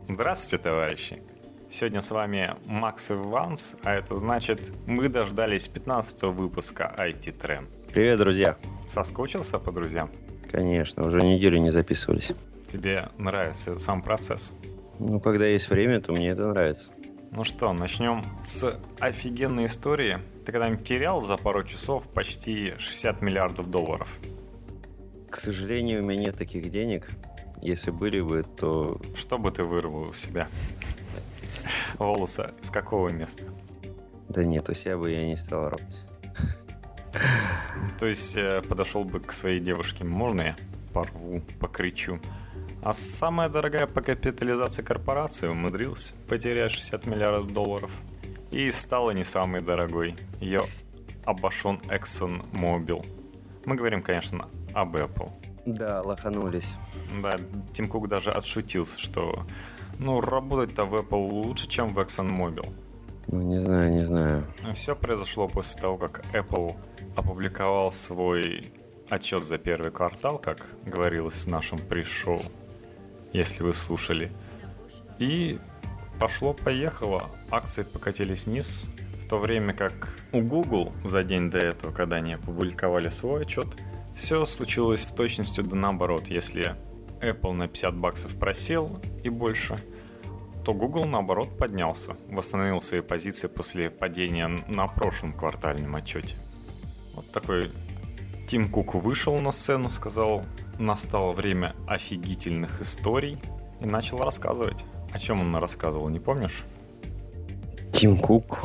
Здравствуйте, товарищи! Сегодня с вами Макс и Ванс, а это значит, мы дождались 15-го выпуска IT Trend. Привет, друзья! Соскучился по друзьям? Конечно, уже неделю не записывались. Тебе нравится сам процесс? Ну, когда есть время, то мне это нравится. Ну что, начнем с офигенной истории. Ты когда-нибудь терял за пару часов почти 60 миллиардов долларов? К сожалению, у меня нет таких денег. Если были бы, то... Что бы ты вырвал у себя? Волосы с какого места? Да нет, у себя бы я не стал работать. То есть подошел бы к своей девушке, можно я порву, покричу? А самая дорогая по капитализации корпорации умудрился потерять 60 миллиардов долларов. И стала не самой дорогой. Ее обошел ExxonMobil. Мы говорим, конечно, об Apple. Да, лоханулись. Да, Тим Кук даже отшутился, что работать-то в Apple лучше, чем в ExxonMobil. Ну, не знаю. Все произошло после того, как Apple опубликовал свой отчет за первый квартал, как говорилось в нашем пресс-шоу, если вы слушали. И пошло-поехало, акции покатились вниз, в то время как у Google за день до этого, когда они опубликовали свой отчет, все случилось с точностью да наоборот. Если Apple на $50 просел и больше, то Google наоборот поднялся, восстановил свои позиции после падения на прошлом квартальном отчете. Вот такой Тим Кук вышел на сцену, сказал, настало время офигительных историй, и начал рассказывать. О чем он рассказывал, не помнишь? Тим Кук.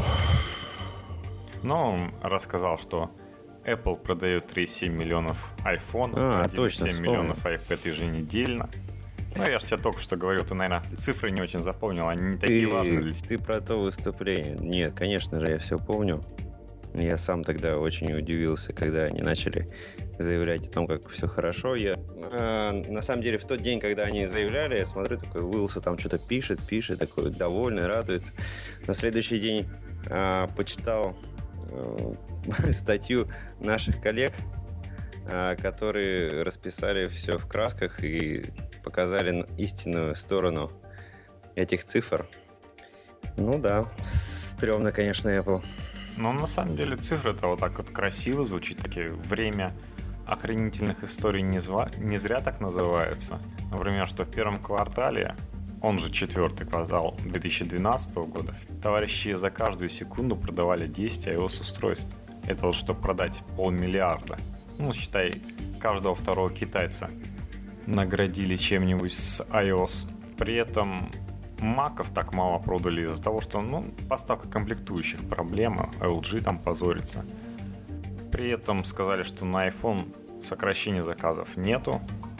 Он рассказал, что Apple продает 37 миллионов iPhone, точно, 7 миллионов iPad еженедельно. Я же тебе только что говорил, ты, наверное, цифры не очень запомнил, они не такие важные для тебя. Ты про то выступление. Нет, конечно же, я все помню. Я сам тогда очень удивился, когда они начали заявлять о том, как все хорошо. На самом деле, в тот день, когда они заявляли, я смотрю, такой Уиллса там что-то пишет, такой довольный, радуется. На следующий день почитал статью наших коллег, которые расписали все в красках и показали истинную сторону этих цифр. Ну да, стрёмно, конечно, Apple. На самом деле цифры-то вот так вот красиво звучит, такие время охренительных историй не зря так называется. Например, что в первом квартале, он же четвертый квартал 2012 года, товарищи за каждую секунду продавали 10 iOS-устройств. Это вот чтобы продать 500 миллиарда. Считай, каждого второго китайца наградили чем-нибудь с iOS. При этом маков так мало продали из-за того, что поставка комплектующих проблема, LG там позорится. При этом сказали, что на iPhone сокращения заказов нету.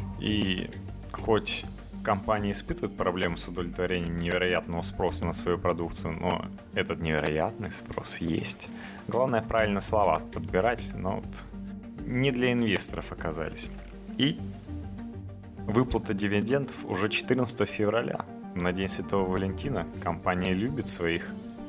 И хоть компании испытывают проблемы с удовлетворением невероятного спроса на свою продукцию, но этот невероятный спрос есть. Главное правильно слова подбирать, но не для инвесторов оказались. И выплата дивидендов уже 14 февраля. На День Святого Валентина. Компания любит своих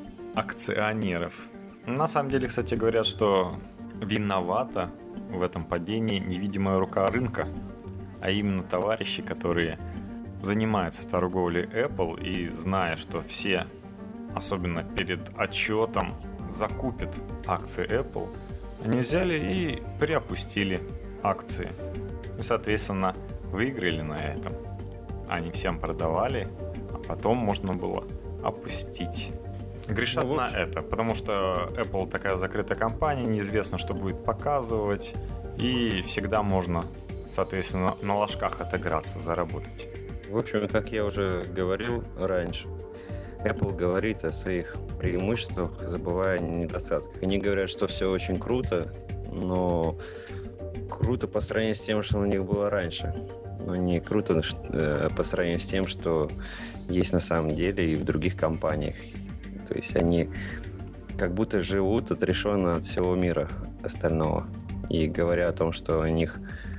акционеров. На самом деле, кстати, говорят, что виновата в этом падении невидимая рука рынка, а именно товарищи, которые занимаются торговлей Apple и зная, что все, особенно перед отчетом, закупят акции Apple, они взяли и приопустили акции. И, соответственно, выиграли на этом. Они всем продавали, а потом можно было опустить. Грешат на это, потому что Apple такая закрытая компания, неизвестно, что будет показывать, и всегда можно, соответственно, на ложках отыграться, заработать. В общем, как я уже говорил раньше, Apple говорит о своих преимуществах, забывая о недостатках. Они говорят, что все очень круто, но круто по сравнению с тем, что у них было раньше. Но не круто по сравнению с тем, что есть на самом деле и в других компаниях. То есть они как будто живут отрешенно от всего мира остального. И говоря о том, что у них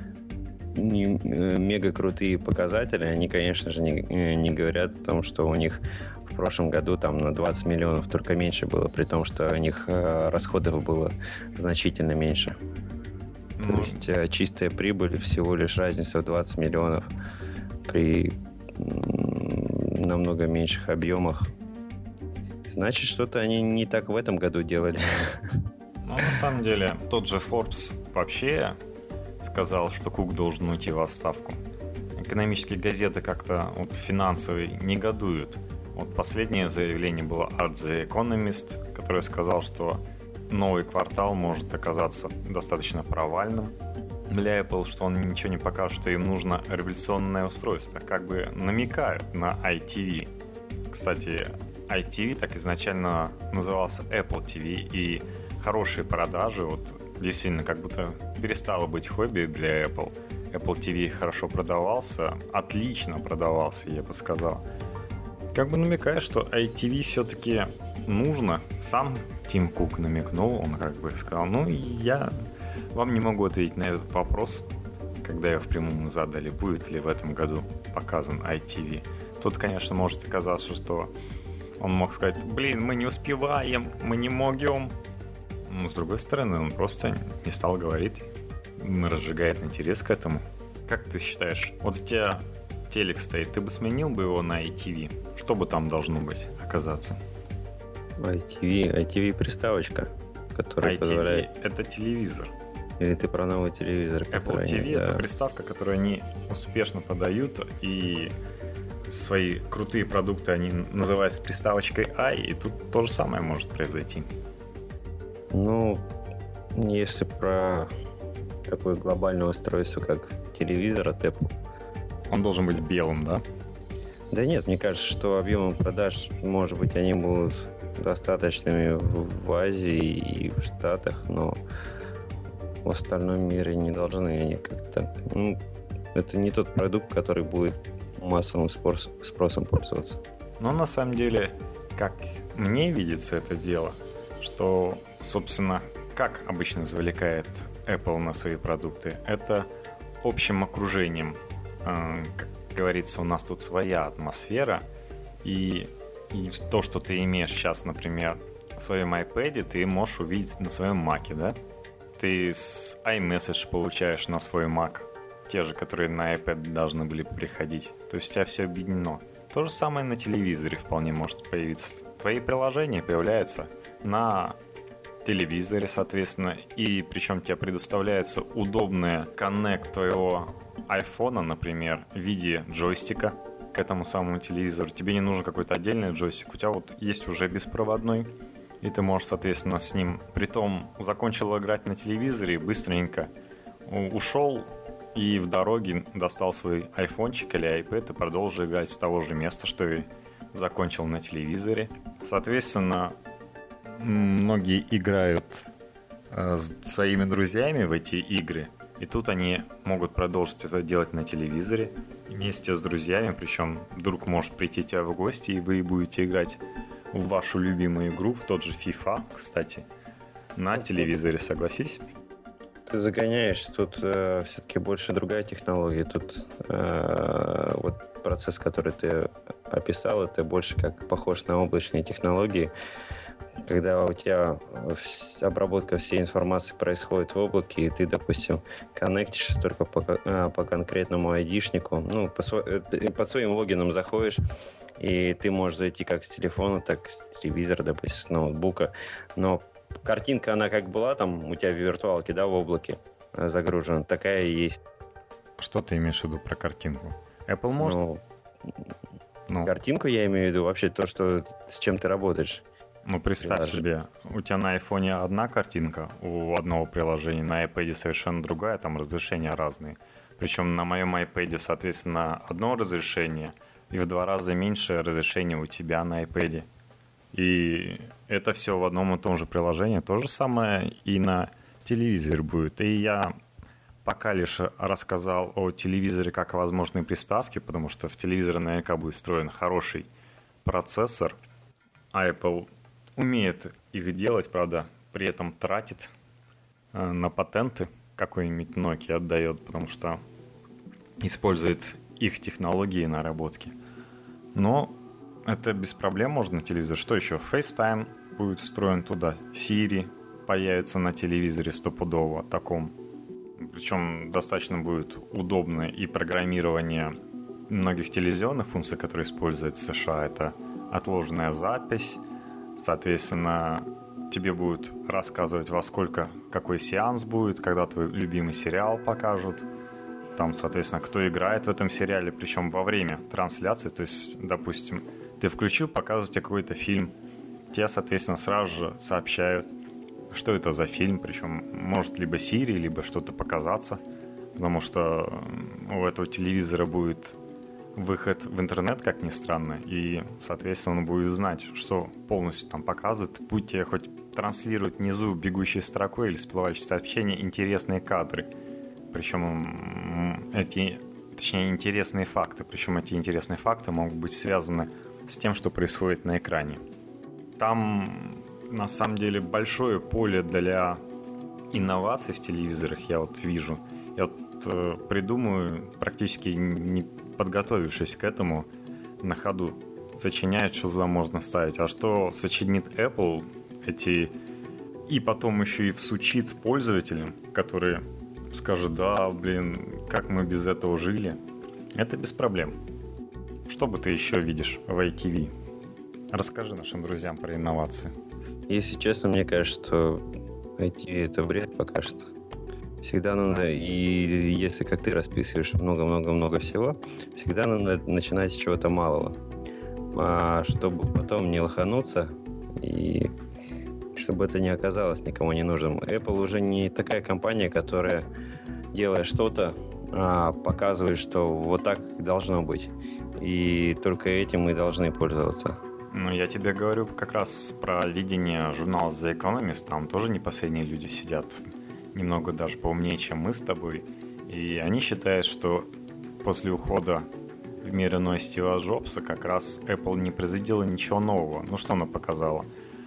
мега крутые показатели, они, конечно же, не говорят о том, что у них в прошлом году там на 20 миллионов только меньше было, при том, что у них расходов было значительно меньше. То есть чистая прибыль всего лишь разница в 20 миллионов при намного меньших объемах. Значит, что-то они не так в этом году делали. Ну, на самом деле, тот же Forbes вообще сказал, что Кук должен уйти в отставку. Экономические газеты как-то вот финансовые негодуют. Вот последнее заявление было от The Economist, который сказал, что новый квартал может оказаться достаточно провальным для Apple, что он ничего не покажет, что им нужно революционное устройство. Как бы намекают на iTV. Кстати, iTV так изначально назывался Apple TV, и хорошие продажи, вот действительно как будто перестало быть хобби для Apple. Apple TV хорошо продавался, отлично продавался, я бы сказал. Как бы намекая, что iTV все-таки нужно. Сам Тим Кук намекнул, он как бы сказал, ну, я вам не могу ответить на этот вопрос, когда его впрямую задали, будет ли в этом году показан iTV. Тут, конечно, может оказаться, что он мог сказать, блин, мы не успеваем, мы не можем. Но, с другой стороны, он просто не стал говорить, разжигает интерес к этому. Как ты считаешь, вот у тебя телек стоит, ты бы сменил бы его на iTV? Что бы там должно быть оказаться? iTV приставочка, которая iTV позволяет... это телевизор. Или ты про новый телевизор? Apple TV это приставка, которую они успешно подают, и свои крутые продукты они называют с приставочкой i, и тут то же самое может произойти. Ну, если про такое глобальное устройство, как телевизор от Apple. Он должен быть белым, да? Да нет, мне кажется, что объемы продаж, может быть, они будут достаточными в Азии и в Штатах, но в остальном мире не должны они как-то... Ну, это не тот продукт, который будет массовым спросом пользоваться. Но на самом деле, как мне видится это дело, что, собственно, как обычно завлекает Apple на свои продукты, это общим окружением. Как говорится, у нас тут своя атмосфера, и то, что ты имеешь сейчас, например, в своем iPad, ты можешь увидеть на своем Mac, да? Ты с iMessage получаешь на свой Mac, те же, которые на iPad должны были приходить. То есть у тебя все объединено. То же самое на телевизоре вполне может появиться. Твои приложения появляются на телевизоре, соответственно, и причем тебе предоставляется удобный коннект твоего айфона, например, в виде джойстика к этому самому телевизору. Тебе не нужен какой-то отдельный джойстик, у тебя вот есть уже беспроводной, и ты можешь, соответственно, с ним, притом закончил играть на телевизоре, быстренько ушел и в дороге достал свой айфончик или iPad и продолжил играть с того же места, что и закончил на телевизоре. Соответственно, многие играют с своими друзьями в эти игры, и тут они могут продолжить это делать на телевизоре вместе с друзьями, причем друг может прийти к тебе в гости, и вы будете играть в вашу любимую игру, в тот же FIFA, кстати, на телевизоре, согласись? Ты загоняешь, тут все-таки больше другая технология, тут вот процесс, который ты описал, это больше как похож на облачные технологии, когда у тебя обработка всей информации происходит в облаке, и ты, допустим, коннектишься только по конкретному айдишнику, ну, под своим логином заходишь, и ты можешь зайти как с телефона, так и с телевизора, допустим, с ноутбука, но картинка, она как была там у тебя в виртуалке, да, в облаке загружена, такая и есть. Что ты имеешь в виду про картинку? Apple может... Картинку я имею в виду, вообще то, что с чем ты работаешь. Ну, представь себе, у тебя на айфоне одна картинка у одного приложения, на iPad совершенно другая, там разрешения разные. Причем на моем iPad, соответственно, одно разрешение, и в 2 раза меньше разрешение у тебя на iPad. И это все в одном и том же приложении. То же самое и на телевизоре будет. И я пока лишь рассказал о телевизоре как о возможной приставке, потому что в телевизоре наверняка будет встроен хороший процессор. А Apple умеет их делать, правда, при этом тратит на патенты. Какой-нибудь Nokia отдает, потому что использует их технологии и наработки. Но это без проблем можно на телевизор. Что еще? FaceTime будет встроен туда. Siri появится на телевизоре стопудово таком. Причем достаточно будет удобно и программирование многих телевизионных функций, которые используют в США, это отложенная запись. Соответственно, тебе будут рассказывать, во сколько какой сеанс будет, когда твой любимый сериал покажут. Там, соответственно, кто играет в этом сериале, причем во время трансляции. То есть, допустим, ты включил, показывают тебе какой-то фильм. Тебе, соответственно, сразу же сообщают, что это за фильм. Причем может либо Siri, либо что-то показаться. Потому что у этого телевизора будет выход в интернет, как ни странно. И, соответственно, он будет знать, что полностью там показывает. Будь тебе хоть транслировать внизу бегущей строкой или всплывающие сообщения интересные кадры. Причем интересные факты. Причем эти интересные факты могут быть связаны с тем, что происходит на экране. Там, на самом деле, большое поле для инноваций в телевизорах, я вот вижу. Я вот придумаю, практически не подготовившись к этому, на ходу сочиняют, что туда можно ставить. А что сочинит Apple, и потом еще и всучит пользователям, которые скажут: да, как мы без этого жили. Это без проблем. Что бы ты еще видишь в ITV? Расскажи нашим друзьям про инновации. Если честно, мне кажется, что ITV это бред пока что. Всегда надо, и если, как ты расписываешь, много-много-много всего, всегда надо начинать с чего-то малого, чтобы потом не лохануться и чтобы это не оказалось никому не нужным. Apple уже не такая компания, которая, делая что-то, показывает, что вот так должно быть. И только этим мы должны пользоваться. Ну, я тебе говорю как раз про видение журнала The Economist. Там тоже не последние люди сидят, немного даже поумнее, чем мы с тобой. И они считают, что после ухода в мир иной Стива Джобса как раз Apple не производила ничего нового. Ну, что она показала?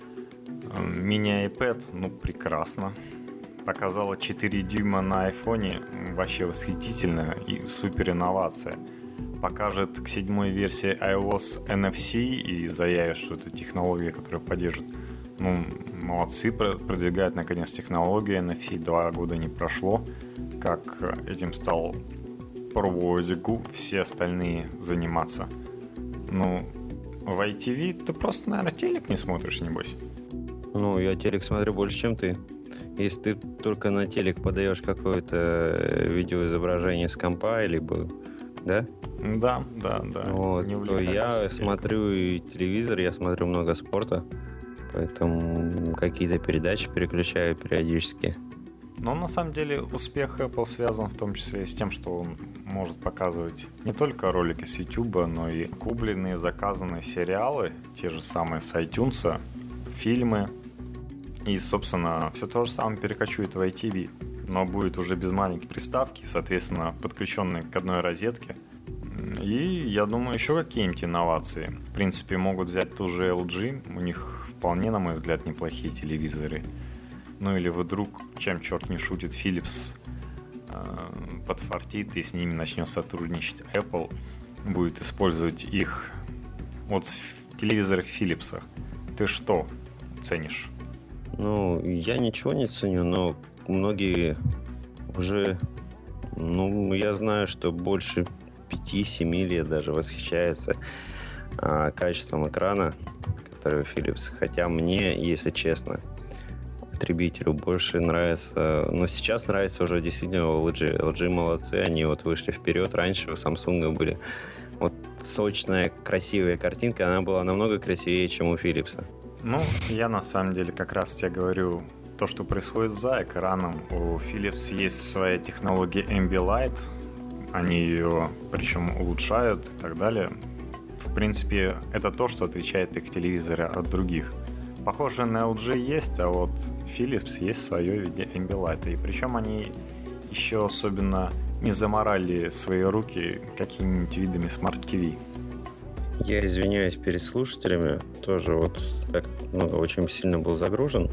Мини-iPad, прекрасно. Показала 4 дюйма на айфоне, вообще восхитительная и супер инновация. Покажет к 7-й версии iOS NFC и заявит, что это технология, которая поддержит. Молодцы, продвигают наконец технологию NFC. 2 года не прошло, как этим стал пробовать все остальные заниматься. В ITV ты просто, наверное, телек не смотришь, небось. Я телек смотрю больше, чем ты. Если ты только на телек подаешь какое-то видеоизображение с компа, либо... Да? Да. То я смотрю и телевизор, я смотрю много спорта, поэтому какие-то передачи переключаю периодически. Но на самом деле успех Apple связан в том числе и с тем, что он может показывать не только ролики с YouTube, но и купленные, заказанные сериалы, те же самые с iTunes, фильмы. И, собственно, все то же самое перекочует в ITV, но будет уже без маленькой приставки, соответственно, подключенной к одной розетке. И, я думаю, еще какие-нибудь инновации. В принципе, могут взять ту же LG, у них вполне, на мой взгляд, неплохие телевизоры. Или вдруг, чем черт не шутит, Philips подфартит и с ними начнет сотрудничать Apple, будет использовать их в телевизорах Philips. Ты что ценишь? Я ничего не ценю, но многие уже, я знаю, что больше 5-7 лет даже восхищаются качеством экрана, который у Philips. Хотя мне, если честно, потребителю больше нравится, сейчас нравится уже действительно LG. LG молодцы, они вышли вперед. Раньше у Samsung были сочная, красивая картинка, она была намного красивее, чем у Philips. Я на самом деле как раз тебе говорю то, что происходит за экраном. У Philips есть своя технология Ambilight, они ее причем улучшают и так далее. В принципе, это то, что отличает их телевизоры от других. Похоже на LG есть, а Philips есть свое в виде Ambilight. И причем они еще особенно не заморали свои руки какими-нибудь видами Smart TV. Я извиняюсь перед слушателями, тоже так очень сильно был загружен.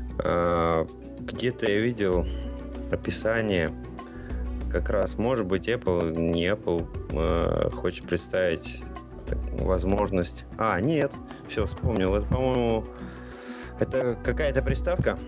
Где-то я видел описание, как раз, может быть, Apple, не Apple, хочет представить возможность... Нет, все, вспомнил. Это, по-моему, это какая-то приставка,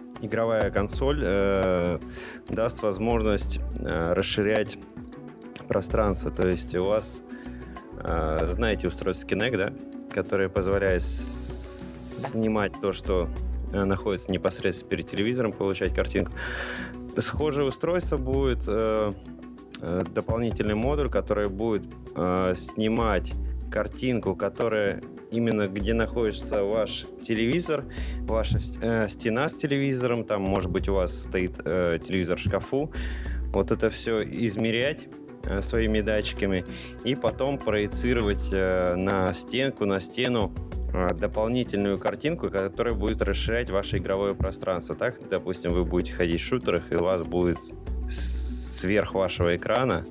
игровая консоль, даст возможность расширять пространство. То есть у вас, знаете, устройство Kinect, да? Которое позволяет снимать то, что находится непосредственно перед телевизором, получать картинку. Схожее устройство будет дополнительный модуль, который будет снимать картинку, которая именно где находится ваш телевизор, ваша стена с телевизором, там, может быть, у вас стоит телевизор в шкафу. Вот это все измерять своими датчиками и потом проецировать на стену дополнительную картинку, которая будет расширять ваше игровое пространство. Так, допустим, вы будете ходить в шутерах, и у вас будет сверх вашего экрана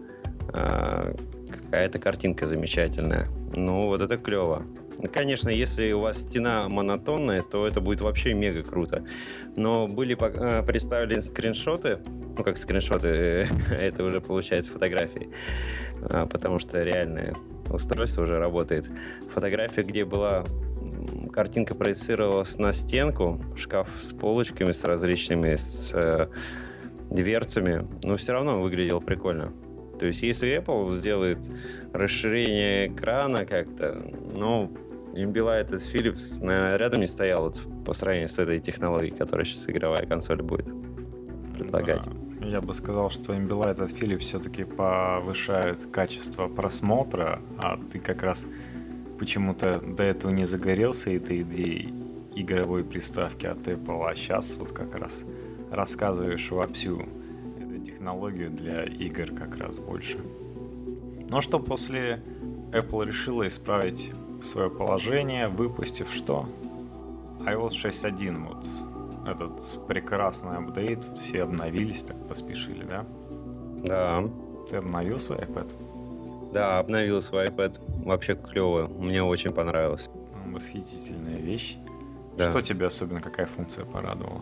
какая-то картинка замечательная. Ну, вот это клево. Конечно, если у вас стена монотонная, то это будет вообще мега круто. Но были представлены скриншоты, ну, как скриншоты, это уже получается фотографии, потому что реальное устройство уже работает. Фотография, где была картинка проецировалась на стенку, шкаф с полочками, с различными, с дверцами, но все равно выглядело прикольно. То есть, если Apple сделает расширение экрана как-то, ну, Ambilight от Philips рядом не стоял вот, по сравнению с этой технологией, которая сейчас игровая консоль будет предлагать. Да, я бы сказал, что Ambilight от Philips все-таки повышает качество просмотра, а ты как раз почему-то до этого не загорелся этой идеей игровой приставки от Apple, а сейчас вот как раз рассказываешь вовсю эту технологию для игр как раз больше. Ну что, после Apple решила исправить свое положение, выпустив что? iOS 6.1, вот этот прекрасный апдейт, все обновились, так поспешили, да? Да. Ты обновил свой iPad? Да, обновил свой iPad. Вообще клево, мне очень понравилось. Восхитительная вещь. Да. Что тебе особенно, какая функция порадовала?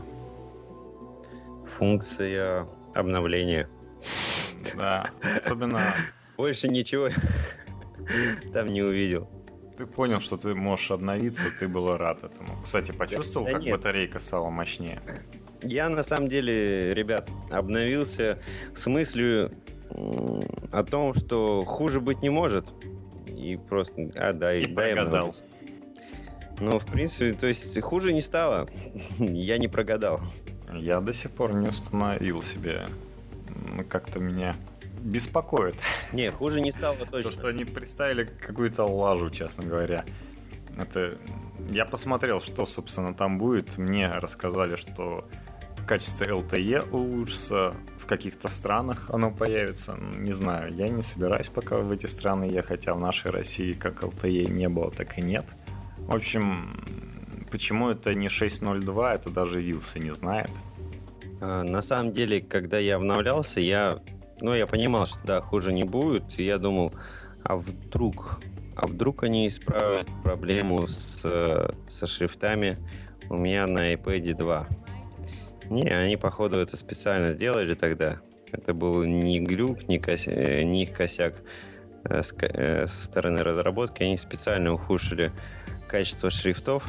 Функция обновления. Да, особенно... Больше ничего там не увидел. Ты понял, что ты можешь обновиться, ты был рад этому. Кстати, почувствовал, как нет. батарейка стала мощнее? Я на самом деле, ребят, обновился с мыслью о том, что хуже быть не может. И просто, И прогадал. Ну, в принципе, то есть хуже не стало. Я не прогадал. Я до сих пор не установил себе. Как-то меня беспокоит. Не, хуже не стало точно. То, что они представили какую-то лажу, честно говоря. Это... Я посмотрел, что, собственно, там будет. Мне рассказали, что качество LTE улучшится, в каких-то странах оно появится. Не знаю, я не собираюсь пока в эти страны ехать, а в нашей России как LTE не было, так и нет. В общем, почему это не 6.02, это даже Вилса не знает. На самом деле, когда я обновлялся, я понимал, что да, хуже не будет. И я думал, а вдруг они исправят проблему со шрифтами у меня на iPad 2. Не, они, походу, это специально сделали тогда. Это был не глюк, не их косяк со стороны разработки. Они специально ухудшили качество шрифтов,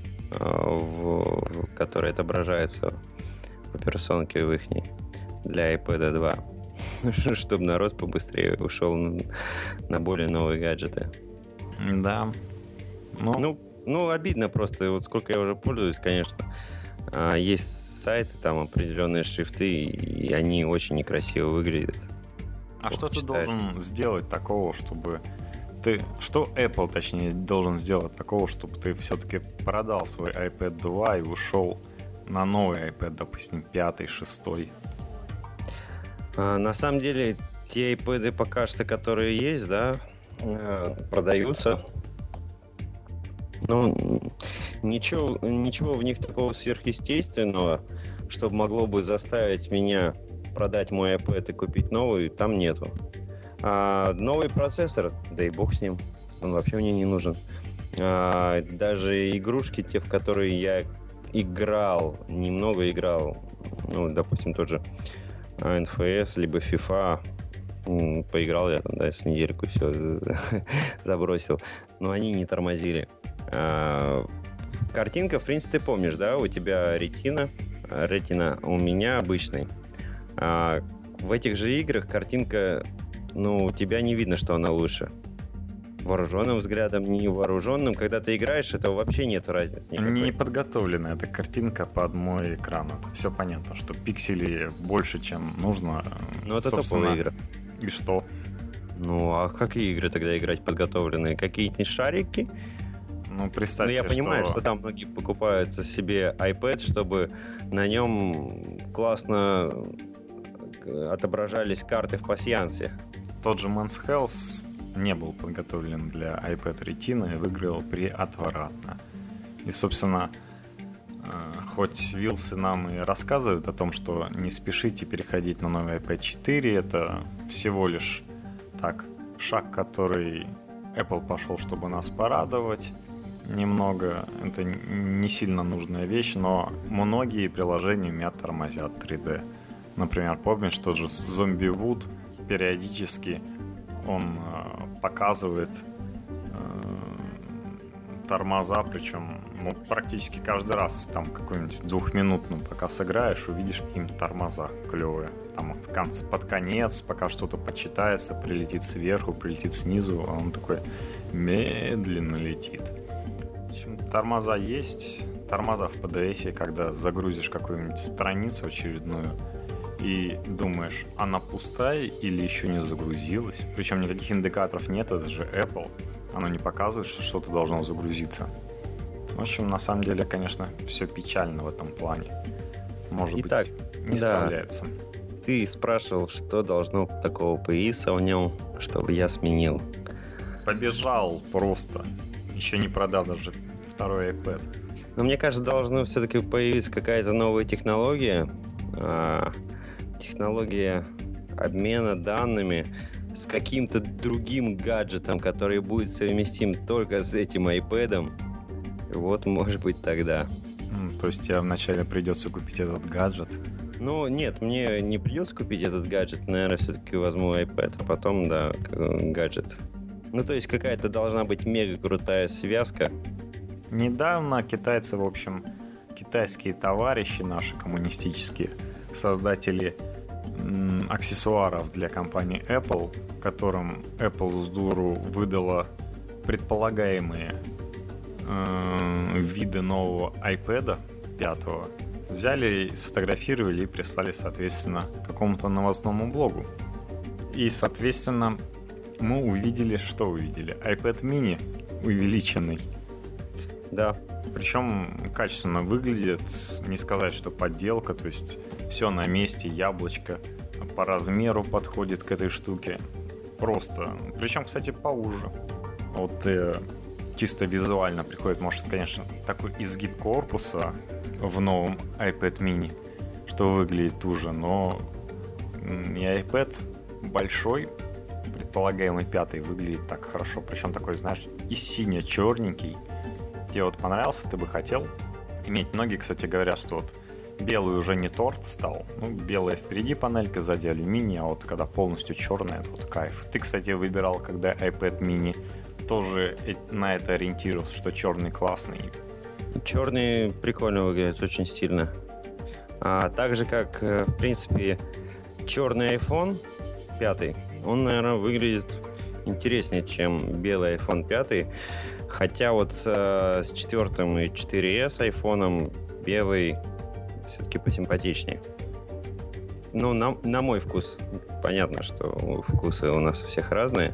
которые отображаются в операционке в их для iPad 2, чтобы народ побыстрее ушел на более новые гаджеты. Да. Ну, обидно просто. Вот сколько я уже пользуюсь, конечно. Есть сайты, там определенные шрифты, и они очень некрасиво выглядят. А что ты должен сделать такого, чтобы что Apple, точнее, должен сделать такого, чтобы ты все-таки продал свой iPad 2 и ушел на новый iPad, допустим, 5, 6? На самом деле, те iPad пока что, которые есть, да, продаются. Ну, ничего в них такого сверхъестественного, чтобы могло бы заставить меня продать мой iPad и купить новый, там нету. А новый процессор, да и бог с ним, он вообще мне не нужен. Даже игрушки, те, в которые я немного играл, ну, допустим, тот же NFS, либо FIFA, поиграл я там, да, с недельку, все, забросил, но они не тормозили. Картинка, в принципе, ты помнишь, да, у тебя ретина, у меня обычный. В этих же играх картинка ну, у тебя не видно, что она лучше. Вооруженным взглядом, невооруженным. Когда ты играешь, это вообще нет разницы никакой. Не подготовленная эта картинка под мой экран. Это все понятно, что пикселей больше, чем нужно. Ну, это топовые игры. И что? Ну, а какие игры тогда играть подготовленные? Какие-нибудь шарики? Ну, представь себе, я понимаю, что там многие покупают себе iPad, чтобы на нем классно отображались карты в пасьянсе. Тот же Man's Health не был подготовлен для iPad Retina и выиграл преотвратно. И, собственно, хоть Вилсы нам и рассказывают о том, что не спешите переходить на новый iPad 4, это всего лишь так шаг, который Apple пошел, чтобы нас порадовать немного. Это не сильно нужная вещь, но многие приложения меня тормозят 3D. Например, помнишь, тот же Zombie Wood периодически он показывает тормоза, причем практически каждый раз там какой-нибудь двухминутную, пока сыграешь, увидишь им тормоза клевые. Там под конец, пока что-то почитается, прилетит сверху, прилетит снизу, а он такой медленно летит. В общем, тормоза есть. Тормоза в PDF, когда загрузишь какую-нибудь страницу очередную и думаешь, она пустая или еще не загрузилась. Причем никаких индикаторов нет, это же Apple. Оно не показывает, что что-то должно загрузиться. В общем, на самом деле, конечно, все печально в этом плане. Может быть, не справляется. Ты спрашивал, что должно такого появиться в нем, чтобы я сменил. Побежал просто. Еще не продал даже второй iPad. Но мне кажется, должна все-таки появиться какая-то новая технология. Технология обмена данными с каким-то другим гаджетом, который будет совместим только с этим iPad'ом. Вот, может быть, тогда. То есть тебе вначале придется купить этот гаджет? Ну, нет, мне не придется купить этот гаджет. Наверное, все-таки возьму iPad, а потом, да, гаджет. Ну, то есть какая-то должна быть мега крутая связка. Недавно китайцы, в общем, китайские товарищи наши коммунистические, создатели аксессуаров для компании Apple, которым Apple с дуру выдала предполагаемые виды нового iPad 5, взяли, сфотографировали и прислали, соответственно, какому-то новостному блогу. И, соответственно, мы увидели, что увидели? iPad mini увеличенный. Да. Причем качественно выглядит, не сказать, что подделка, то есть все на месте, яблочко по размеру подходит к этой штуке. Просто. Причем, кстати, поуже. Вот чисто визуально приходит, может, конечно, такой изгиб корпуса в новом iPad mini, что выглядит уже, но и iPad большой, предполагаемый 5, выглядит так хорошо. Причем такой, знаешь, и сине-черненький. Тебе вот понравился, ты бы хотел иметь. Многие, кстати, говорят, что вот белый уже не торт стал. Ну, белая впереди панелька, сзади алюминий, а вот когда полностью черная, это вот кайф. Ты, кстати, выбирал, когда iPad mini, тоже на это ориентировался, что черный классный. Черный прикольно выглядит, очень стильно. А так же, как, в принципе, черный iPhone 5, он, наверное, выглядит интереснее, чем белый iPhone 5. Хотя вот с 4 и 4S айфоном белый все-таки посимпатичнее. Ну, на мой вкус. Понятно, что вкусы у нас у всех разные.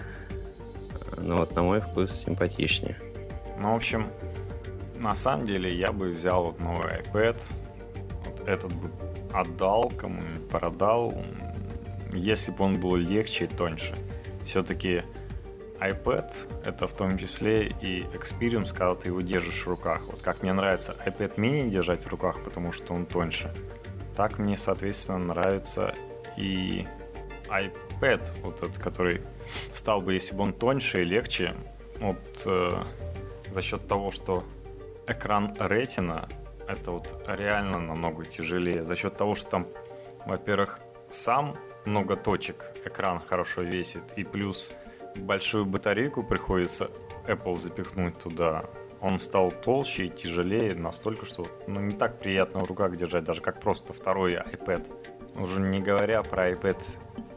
Но вот на мой вкус симпатичнее. Ну, в общем, на самом деле я бы взял вот новый iPad. Вот этот бы отдал кому-нибудь, продал. Если бы он был легче и тоньше. Все-таки iPad — это в том числе и experience, когда ты его держишь в руках. Вот как мне нравится iPad mini держать в руках, потому что он тоньше, так мне, соответственно, нравится и iPad, вот этот, который стал бы, если бы он тоньше и легче, вот за счет того, что экран Retina, это вот реально намного тяжелее. За счет того, что там, во-первых, сам много точек, экран хорошо весит, и плюс большую батарейку приходится Apple запихнуть туда. Он стал толще и тяжелее настолько, что не так приятно в руках держать, даже как просто второй iPad. Уже не говоря про iPad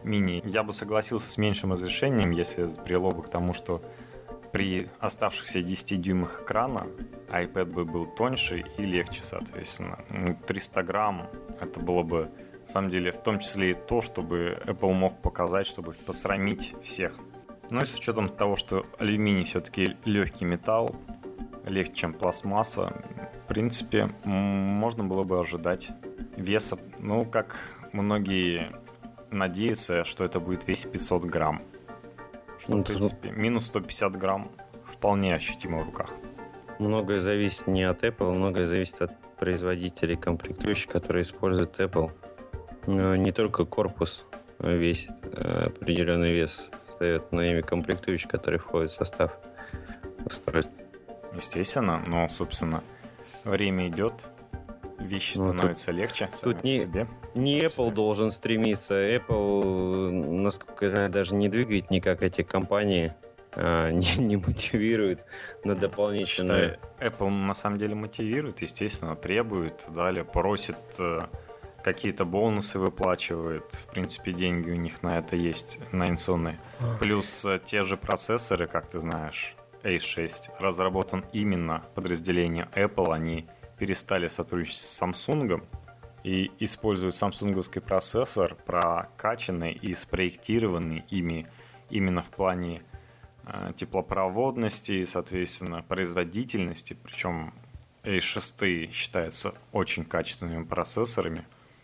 mini. Я бы согласился с меньшим разрешением, если это привело бы к тому, что при оставшихся 10 дюймах экрана iPad бы был тоньше и легче, соответственно. 300 грамм это было бы, на самом деле, в том числе и то, чтобы Apple мог показать, чтобы посрамить всех. Но и с учетом того, что алюминий все-таки легкий металл, легче, чем пластмасса, в принципе, можно было бы ожидать веса, как многие надеются, что это будет весить 500 грамм. Что, в принципе, минус 150 грамм вполне ощутимо в руках. Многое зависит не от Apple, многое зависит от производителей комплектующих, которые используют Apple. Не только корпус весит определенный вес, но и комплектующие, которые входят в состав устройств. Естественно, но, собственно, время идет, вещи становятся легче. Тут не Apple должен стремиться. Apple, насколько я знаю, даже не двигает никак эти компании, не мотивирует на дополнительное. Apple на самом деле мотивирует, естественно, требует, далее просит, какие-то бонусы выплачивает. В принципе, деньги у них на это есть, на инновационные. Плюс те же процессоры, как ты знаешь, A6 разработан именно подразделением Apple. Они перестали сотрудничать с Samsung и используют самсунговский процессор, прокачанный и спроектированный ими именно в плане теплопроводности, соответственно, производительности. Причем A6 считаются очень качественными процессорами.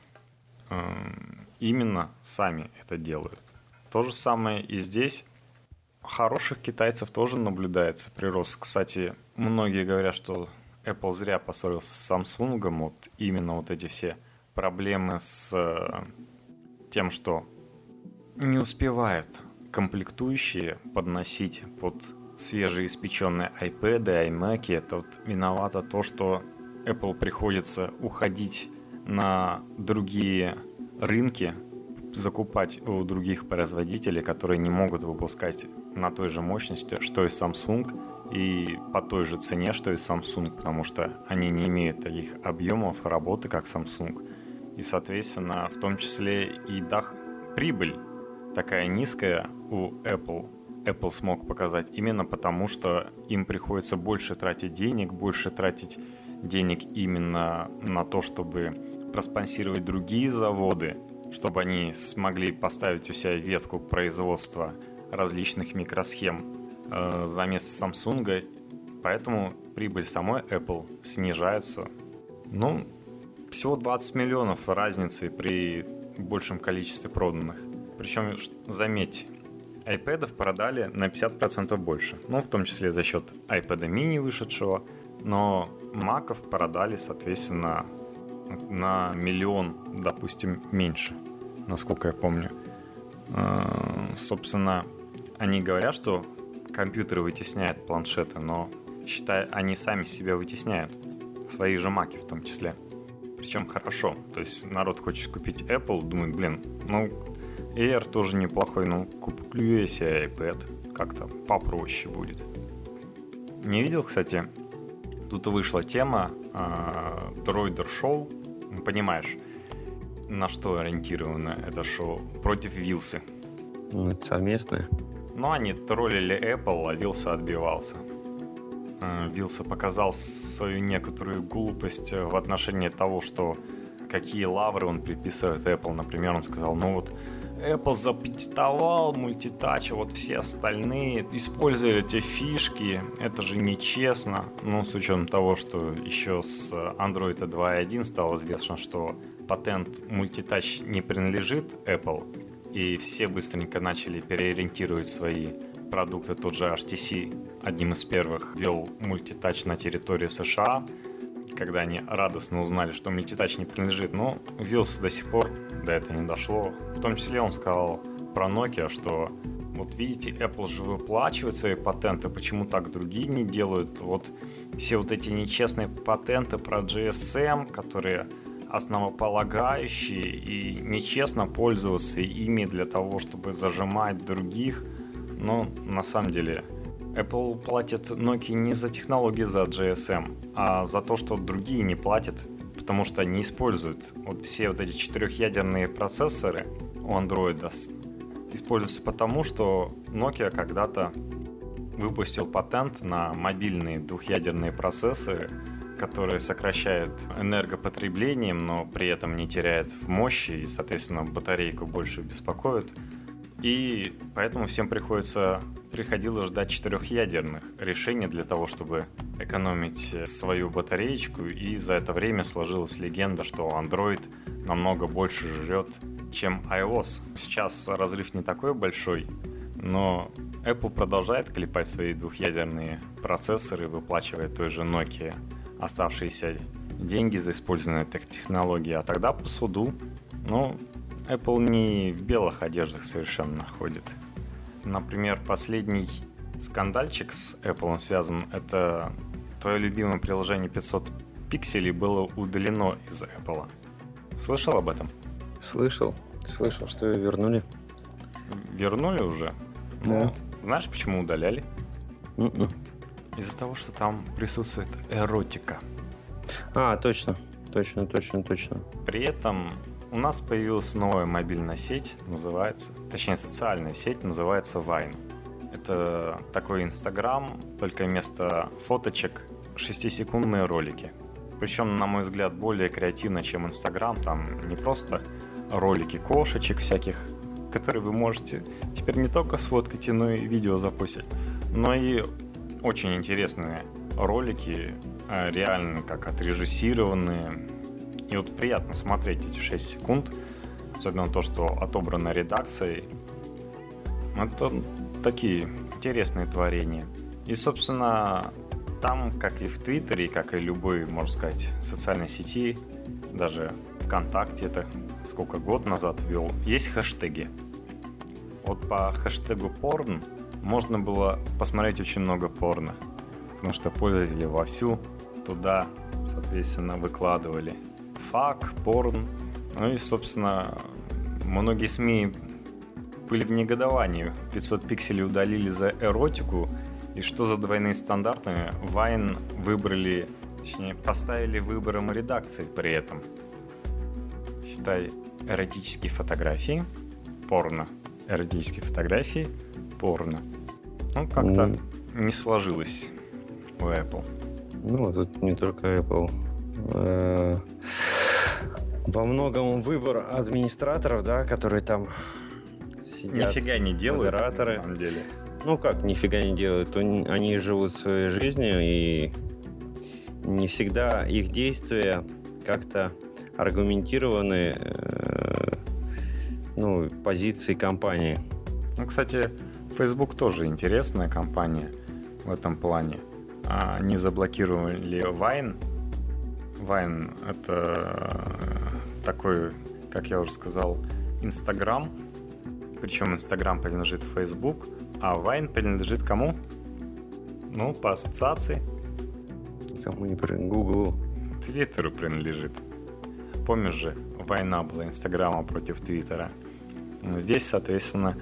Именно сами это делают. То же самое и здесь. Хороших китайцев тоже наблюдается прирост. Кстати, многие говорят, что Apple зря поссорился с Samsung. Вот именно вот эти все проблемы с тем, что не успевают комплектующие подносить под свежеиспеченные iPad, iMac. Это вот виновато то, что Apple приходится уходить на другие рынки, закупать у других производителей, которые не могут выпускать на той же мощности, что и Samsung, и по той же цене, что и Samsung, потому что они не имеют таких объемов работы, как Samsung. И, соответственно, в том числе и прибыль такая низкая у Apple. Apple смог показать именно потому, что им приходится больше тратить денег именно на то, чтобы проспонсировать другие заводы, чтобы они смогли поставить у себя ветку производства различных микросхем за место Samsung. Поэтому прибыль самой Apple снижается. Всего 20 миллионов разницы при большем количестве проданных. Причем, заметьте, iPad'ов продали на 50% больше. В том числе за счет iPad mini вышедшего. Но Mac'ов продали, соответственно, на 1 миллион, допустим, меньше, насколько я помню. Собственно, они говорят, что компьютеры вытесняют планшеты, но, считай, они сами себя вытесняют. Свои же Mac'и в том числе. Причем хорошо. То есть народ хочет купить Apple, думает, Air тоже неплохой, куплю я себе iPad. Как-то попроще будет. Не видел, кстати, тут вышла тема Droider Show. Понимаешь, на что ориентировано это шоу? Против Вилсы. Это совместное. Они троллили Apple, а Вилса отбивался. Вилса показал свою некоторую глупость в отношении того, что какие лавры он приписывает Apple. Например, он сказал, Apple запатентовал мультитач, а вот все остальные использовали эти фишки, это же нечестно. С учетом того, что еще с Android 2.1 стало известно, что патент мультитач не принадлежит Apple, и все быстренько начали переориентировать свои продукты. Тот же HTC одним из первых ввел мультитач на территории США, когда они радостно узнали, что мультитач не принадлежит. Но Вилс до сих пор до этого не дошло. В том числе он сказал про Nokia, что вот видите, Apple же выплачивает свои патенты, почему так другие не делают? Вот все вот эти нечестные патенты про GSM, которые основополагающие, и нечестно пользоваться ими для того, чтобы зажимать других. Но на самом деле Apple платит Nokia не за технологии, за GSM, а за то, что другие не платят, потому что они используют вот все вот эти 4-ядерные процессоры у Android используется потому, что Nokia когда-то выпустил патент на мобильные двухъядерные процессоры, которые сокращают энергопотреблением, но при этом не теряют в мощи и, соответственно, батарейку больше беспокоят. И поэтому всем приходилось ждать четырехъядерных решений для того, чтобы экономить свою батареечку. И за это время сложилась легенда, что Android намного больше жрет, чем iOS. Сейчас разрыв не такой большой, но Apple продолжает клепать свои двухъядерные процессоры, выплачивая той же Nokia оставшиеся деньги за использованные технологии. А тогда по суду, Apple не в белых одеждах совершенно ходит. Например, последний скандальчик с Apple связан. Это твое любимое приложение 500 пикселей было удалено из Apple. Слышал об этом? Слышал, что ее вернули. Вернули уже? Да. Знаешь, почему удаляли? Mm-mm. Из-за того, что там присутствует эротика. Точно. При этом у нас появилась новая мобильная сеть, социальная сеть, называется Vine. Это такой Инстаграм, только вместо фоточек 6-секундные ролики. Причем, на мой взгляд, более креативно, чем Инстаграм. Там не просто ролики кошечек всяких, которые вы можете теперь не только сфоткать, но и видео запустить, но и очень интересные ролики, реально как отрежиссированные. И вот приятно смотреть эти 6 секунд, особенно то, что отобрано редакцией. Это такие интересные творения. И, собственно, там, как и в Твиттере, как и любой, можно сказать, социальной сети, даже ВКонтакте, это год назад ввел, есть хэштеги. Вот по хэштегу порн можно было посмотреть очень много порно, потому что пользователи вовсю туда, соответственно, выкладывали фак, порн. И, собственно, многие СМИ были в негодовании. 500 пикселей удалили за эротику. И что за двойные стандарты? Vine поставили выбором редакции при этом. Считай, эротические фотографии, порно. Эротические фотографии, порно. Как-то не сложилось у Apple. Тут не только Apple. Во многом выбор администраторов, да, которые там сидят. Нифига не делают, модераторы. на самом деле. Как нифига не делают? Они живут своей жизнью, и не всегда их действия как-то аргументированы позиции компании. Кстати, Facebook тоже интересная компания в этом плане. Они заблокировали Vine. Vine — это такой, как я уже сказал, Instagram. Причем Instagram принадлежит Facebook, а Vine принадлежит кому? По ассоциации. Никому не принадлежит. Google. Твиттеру принадлежит. Помнишь же, война была Инстаграма против Твиттера. Здесь, соответственно,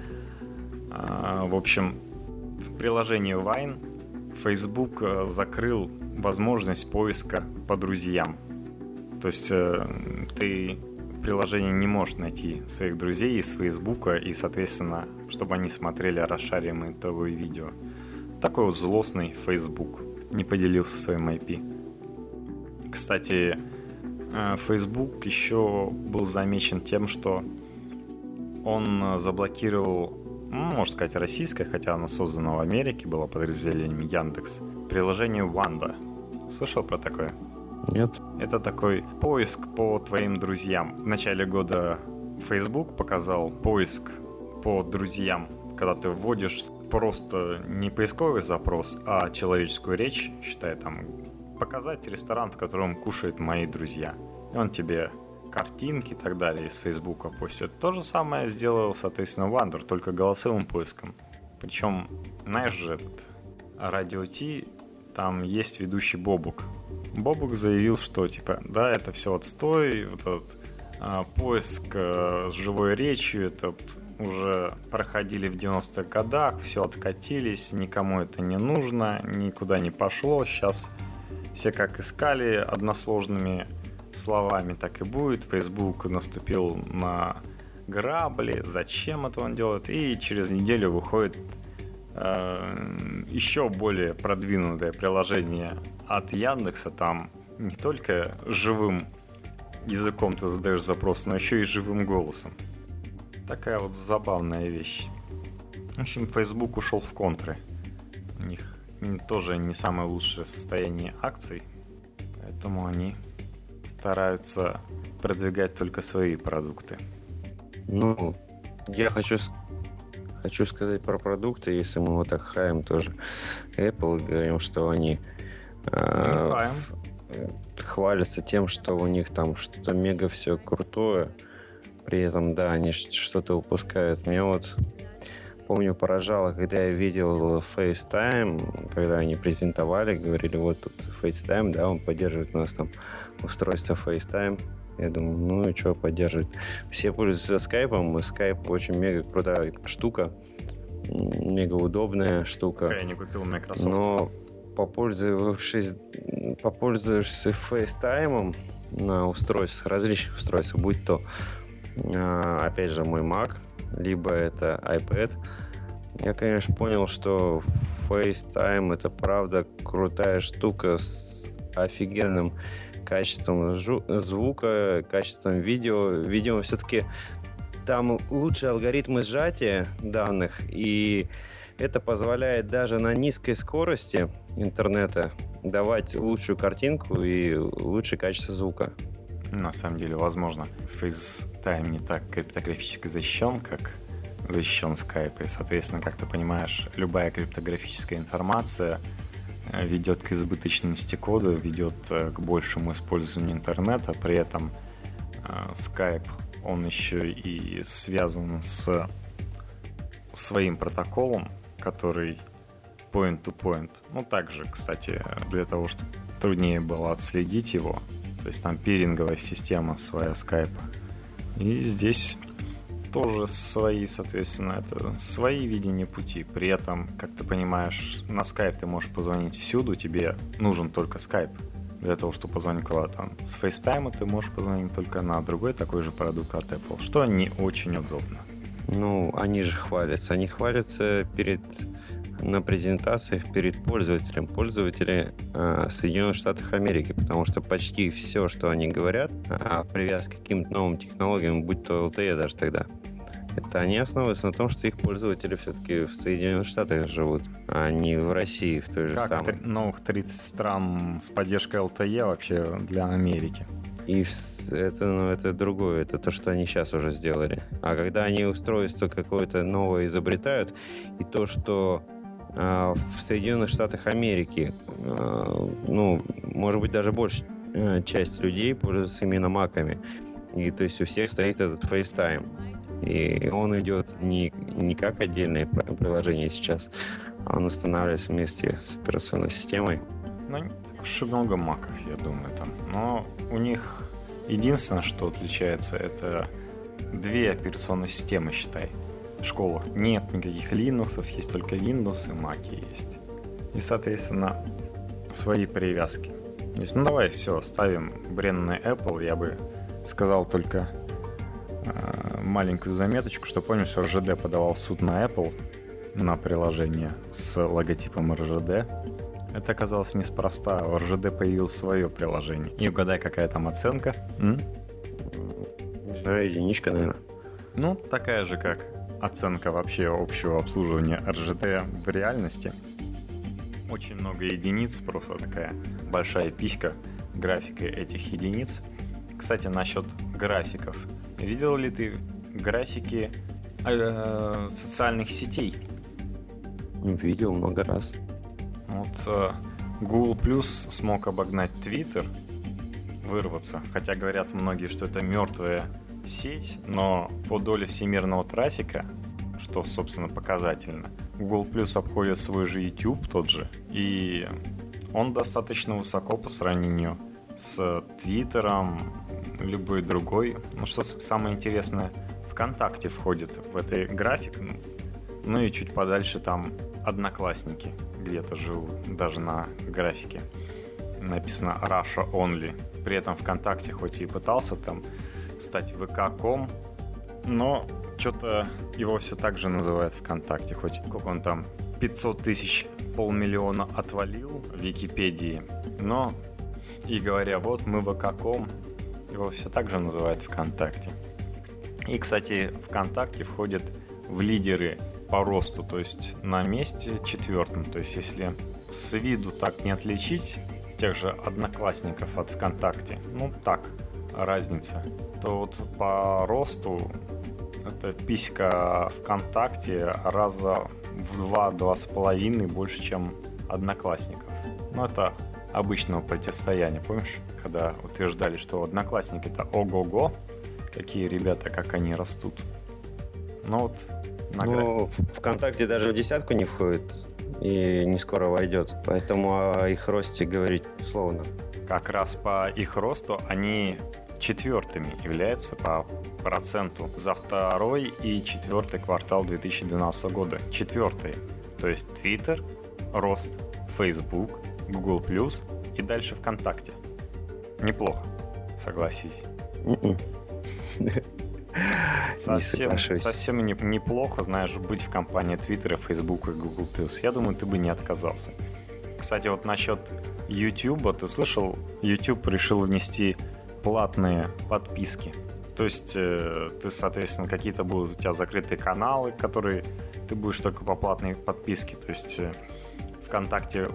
в общем, в приложении Vine Facebook закрыл возможность поиска по друзьям. То есть ты в приложении не можешь найти своих друзей из Фейсбука и, соответственно, чтобы они смотрели расшариваемые тобой видео. Такой вот злостный Facebook не поделился своим IP. Кстати, Facebook еще был замечен тем, что он заблокировал, можно сказать, российское, хотя оно создано в Америке, было подразделением Яндекс, приложение Wanda. Слышал про такое? Нет. Это такой поиск по твоим друзьям. В начале года Facebook показал поиск по друзьям, когда ты вводишь просто не поисковый запрос, а человеческую речь, считай там показать ресторан, в котором кушают мои друзья. И он тебе картинки и так далее из Фейсбука постит. То же самое сделал, соответственно, Wander, только голосовым поиском. Причем, знаешь же, этот Радио Ти, там есть ведущий Бобук. Бобук заявил, что типа, да, это все отстой, вот этот поиск с живой речью, это уже проходили в 90-х годах, все откатились, никому это не нужно, никуда не пошло. Сейчас все как искали односложными словами, так и будет. Facebook наступил на грабли, зачем это он делает. И через неделю выходит еще более продвинутое приложение от Яндекса. Там не только живым языком ты задаешь запрос, но еще и живым голосом. Такая вот забавная вещь. В общем, Facebook ушел в контры. У них тоже не самое лучшее состояние акций, поэтому они стараются продвигать только свои продукты. Ну, я хочу сказать про продукты, если мы вот так хаем тоже Apple, говорим, что они хвалятся тем, что у них там что-то мега все крутое, при этом, да, они что-то упускают. Меня вот, помню, поражало, когда я видел FaceTime, когда они презентовали, говорили, вот тут FaceTime, да, он поддерживает у нас там устройство FaceTime. Я думаю, ну и что поддерживает? Все пользуются скайпом, и скайп очень мега крутая штука, мега удобная штука. Я не купил Microsoft. Но попользуешься FaceTime на устройствах, различных устройствах, будь то, опять же, мой Mac, либо это iPad, я, конечно, понял, что FaceTime это правда крутая штука с офигенным качеством звука, качеством видео. Видимо, все-таки там лучшие алгоритмы сжатия данных, и это позволяет даже на низкой скорости интернета давать лучшую картинку и лучшее качество звука. На самом деле, возможно, FaceTime не так криптографически защищен, как защищен Skype, и, соответственно, как ты понимаешь, любая криптографическая информация ведет к избыточности кода, ведет к большему использованию интернета. При этом Skype, он еще и связан с своим протоколом, который point-to-point. Ну, также, кстати, для того, чтобы труднее было отследить его. То есть там пиринговая система своя Skype. И здесь тоже свои, соответственно, это свои видения пути. При этом, как ты понимаешь, на Skype ты можешь позвонить всюду, тебе нужен только Skype. Для того, чтобы позвонить куда-то. С FaceTime ты можешь позвонить только на другой такой же продукт от Apple, что не очень удобно. Ну, они же хвалятся. Они хвалятся на презентациях перед пользователем. Пользователи Соединенных Штатов Америки, потому что почти все, что они говорят о привязке к каким-то новым технологиям, будь то LTE даже тогда, это они основываются на том, что их пользователи все-таки в Соединенных Штатах живут, а не в России в той же самой. Как новых 30 стран с поддержкой LTE вообще для Америки? И это другое, это то, что они сейчас уже сделали. А когда они устройство какое-то новое изобретают, и то, что в Соединенных Штатах Америки, может быть, даже большая часть людей пользуются именно маками. И то есть у всех стоит этот FaceTime. И он идет не как отдельное приложение сейчас, а он устанавливается вместе с операционной системой. Ну, не так уж и много маков, я думаю, там. Но у них единственное, что отличается, это 2 операционные системы, считай. В школах нет никаких Linux, есть только Windows и Mac есть. И, соответственно, свои привязки. Здесь, давай все, ставим бренный Apple. Я бы сказал только маленькую заметочку, что помнишь, РЖД подавал в суд на Apple на приложение с логотипом РЖД. Это оказалось неспроста. У РЖД появилось свое приложение. И угадай, какая там оценка? Не знаю, единичка, наверное. Ну, такая же, как оценка вообще общего обслуживания РЖД в реальности. Очень много единиц, просто такая большая писька графикой этих единиц. Кстати, насчет графиков. Видел ли ты графики социальных сетей? Видел много раз. Вот Google Plus смог обогнать Twitter, вырваться. Хотя говорят многие, что это мертвая сеть, но по доле всемирного трафика, что, собственно, показательно, Google Plus обходит свой же YouTube тот же, и он достаточно высоко по сравнению с Твиттером, любой другой. Ну, что самое интересное, ВКонтакте входит в этот график, ну и чуть подальше там Одноклассники где-то живут, даже на графике написано Russia Only. При этом ВКонтакте хоть и пытался там стать ВК.ком, Но что-то его все так же называют ВКонтакте, хоть сколько он там, 500 тысяч, 500 000 отвалил в Википедии, но и говоря, вот мы ВК.ком, его все так же называют ВКонтакте. И, кстати, ВКонтакте входит в лидеры по росту, то есть на месте 4. То есть если с виду так не отличить тех же Одноклассников от ВКонтакте, ну так, разница, то вот по росту это писька ВКонтакте раза в 2-2,5 больше, чем Одноклассников. Но это обычного противостояния, помнишь? Когда утверждали, что Одноклассники это ого-го, какие ребята, как они растут. Ну вот, Ну, ВКонтакте даже в десятку не входит и не скоро войдет. Поэтому о их росте говорить условно. как раз по их росту они 4 являются по проценту за 2-й и 4-й квартал 2012 года. 4-й. То есть Twitter, рост, Facebook, Google+, и дальше ВКонтакте. Неплохо, согласись. Совсем неплохо, знаешь, быть в компании Twitter, Facebook и Google+. Я думаю, ты бы не отказался. Кстати, вот насчет YouTube, ты слышал, YouTube решил внести платные подписки. То есть ты, соответственно, какие-то будут у тебя закрытые каналы, которые ты будешь только по платной подписке. То есть ВКонтакте,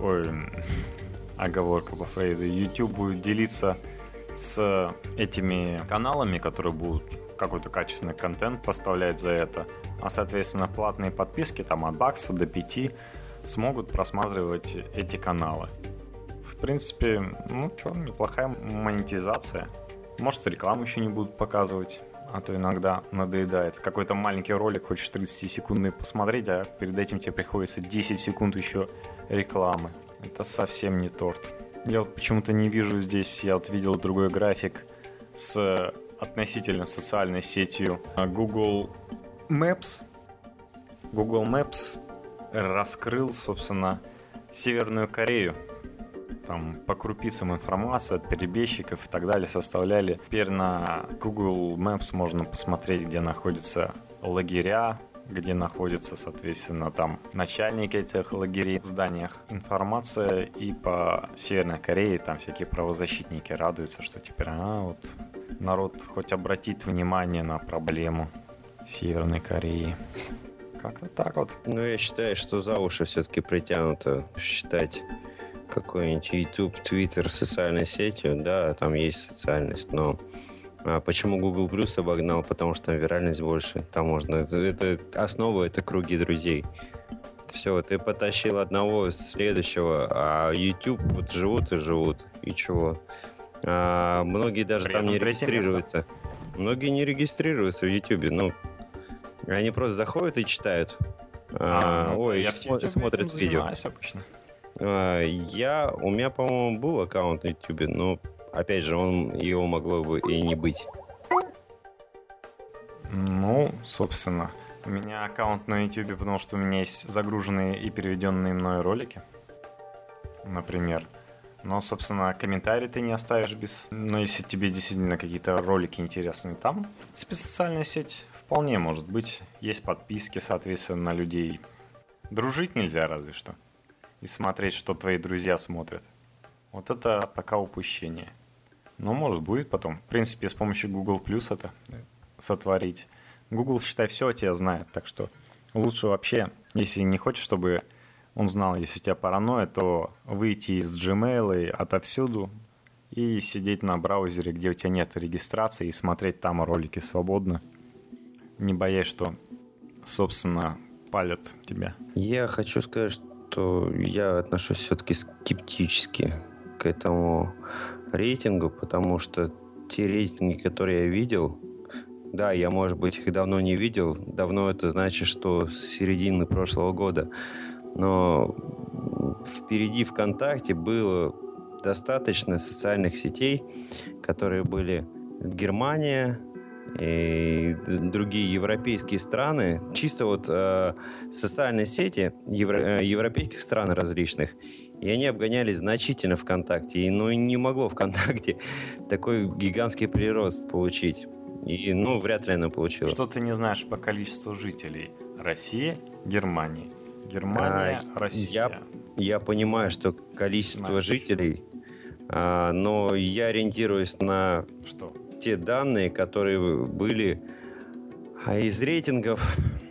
оговорка по Фрейду, YouTube будет делиться с этими каналами, которые будут какой-то качественный контент поставлять за это. А, соответственно, платные подписки, там от бакса до 5, смогут просматривать эти каналы. В принципе, ну что, неплохая монетизация. Может, рекламу еще не будут показывать, а то иногда надоедает. Какой-то маленький ролик хочешь 30-секундный посмотреть, а перед этим тебе приходится 10 секунд еще рекламы. Это совсем не торт. Я вот почему-то не вижу здесь, я вот видел другой график с относительно социальной сетью Google Maps. Google Maps раскрыл, собственно, Северную Корею. Там по крупицам информацию от перебежчиков и так далее составляли. Теперь на Google Maps можно посмотреть, где находятся лагеря, где находятся, соответственно, там начальники этих лагерей в зданиях. Информация и по Северной Корее, там всякие правозащитники радуются, что теперь вот народ хоть обратит внимание на проблему Северной Кореи. Как-то так вот. Ну, я считаю, что за уши все-таки притянуто считать какой-нибудь YouTube, Twitter социальной сетью. Да, там есть социальность, но почему Google Plus обогнал? Потому что там виральность больше. Там можно... Это основа, это круги друзей. Все, ты потащил одного, следующего, а YouTube вот живут и живут. И чего? Многие даже при там не регистрируются. Многие не регистрируются в YouTube. Ну, они просто заходят и читают. Смотрят видео. Обычно. У меня, по-моему, был аккаунт на YouTube, но, опять же, его могло бы и не быть. Ну, собственно, у меня аккаунт на YouTube, потому что у меня есть загруженные и переведенные мной ролики, например. Но, собственно, комментарий ты не оставишь без... Но если тебе действительно какие-то ролики интересные, там, в принципе, социальная сеть вполне может быть. Есть подписки, соответственно, на людей. Дружить нельзя разве что. И смотреть, что твои друзья смотрят. Вот это пока упущение. Но может будет потом. В принципе, с помощью Google Plus это сотворить. Google, считай, все о тебе знает. Так что лучше вообще, если не хочешь, чтобы он знал, если у тебя паранойя, то выйти из Gmail и отовсюду и сидеть на браузере, где у тебя нет регистрации, и смотреть там ролики свободно, не боясь, что, собственно, палят тебя. Я хочу сказать, что я отношусь все-таки скептически к этому рейтингу, потому что те рейтинги, которые я видел, да, я, может быть, их давно не видел, давно это значит, что с середины прошлого года, но впереди ВКонтакте было достаточно социальных сетей, которые были Германия и другие европейские страны. Чисто вот социальные сети европейских стран различных, и они обгонялись значительно ВКонтакте. И не могло ВКонтакте такой гигантский прирост получить. И, вряд ли она получила. Что ты не знаешь по количеству жителей? Россия, Германия. Германия, Россия. Я понимаю, что количество жителей, но я ориентируюсь на те данные, которые были из рейтингов.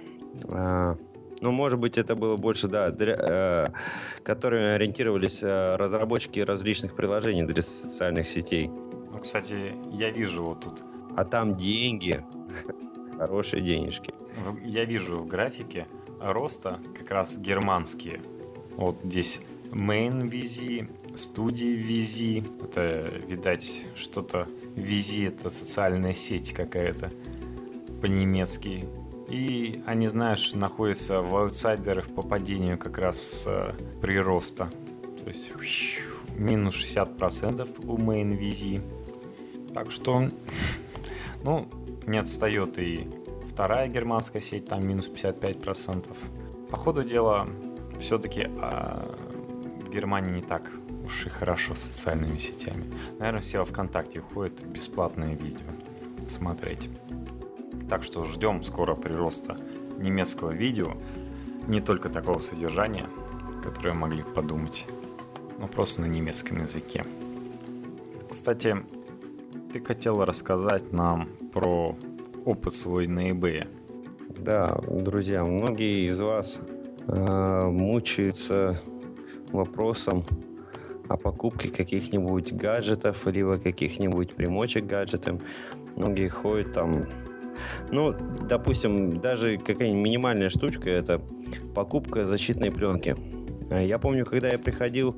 Может быть, это было больше, которыми ориентировались разработчики различных приложений для социальных сетей. Кстати, я вижу вот тут. А там деньги, хорошие денежки. Я вижу в графике роста как раз германские. Вот здесь Main VZ, Studio VZ. Это, видать, что-то VZ, это социальная сеть какая-то по-немецки. И они, знаешь, находятся в аутсайдерах по падению как раз прироста. То есть минус 60% у Main VZ. Так что, не отстает и вторая германская сеть, там минус 55%. По ходу дела, все-таки в Германии не так уж и хорошо с социальными сетями. Наверное, все во ВКонтакте уходят бесплатные видео смотреть. Так что ждем скоро прироста немецкого видео. Не только такого содержания, которое могли подумать, но просто на немецком языке. Кстати, ты хотел рассказать нам про опыт свой на eBay. Да, друзья, многие из вас мучаются вопросом о покупке каких-нибудь гаджетов, либо каких-нибудь примочек к гаджетам. Многие ходят там... допустим, даже какая-нибудь минимальная штучка – это покупка защитной пленки. Я помню, когда я приходил,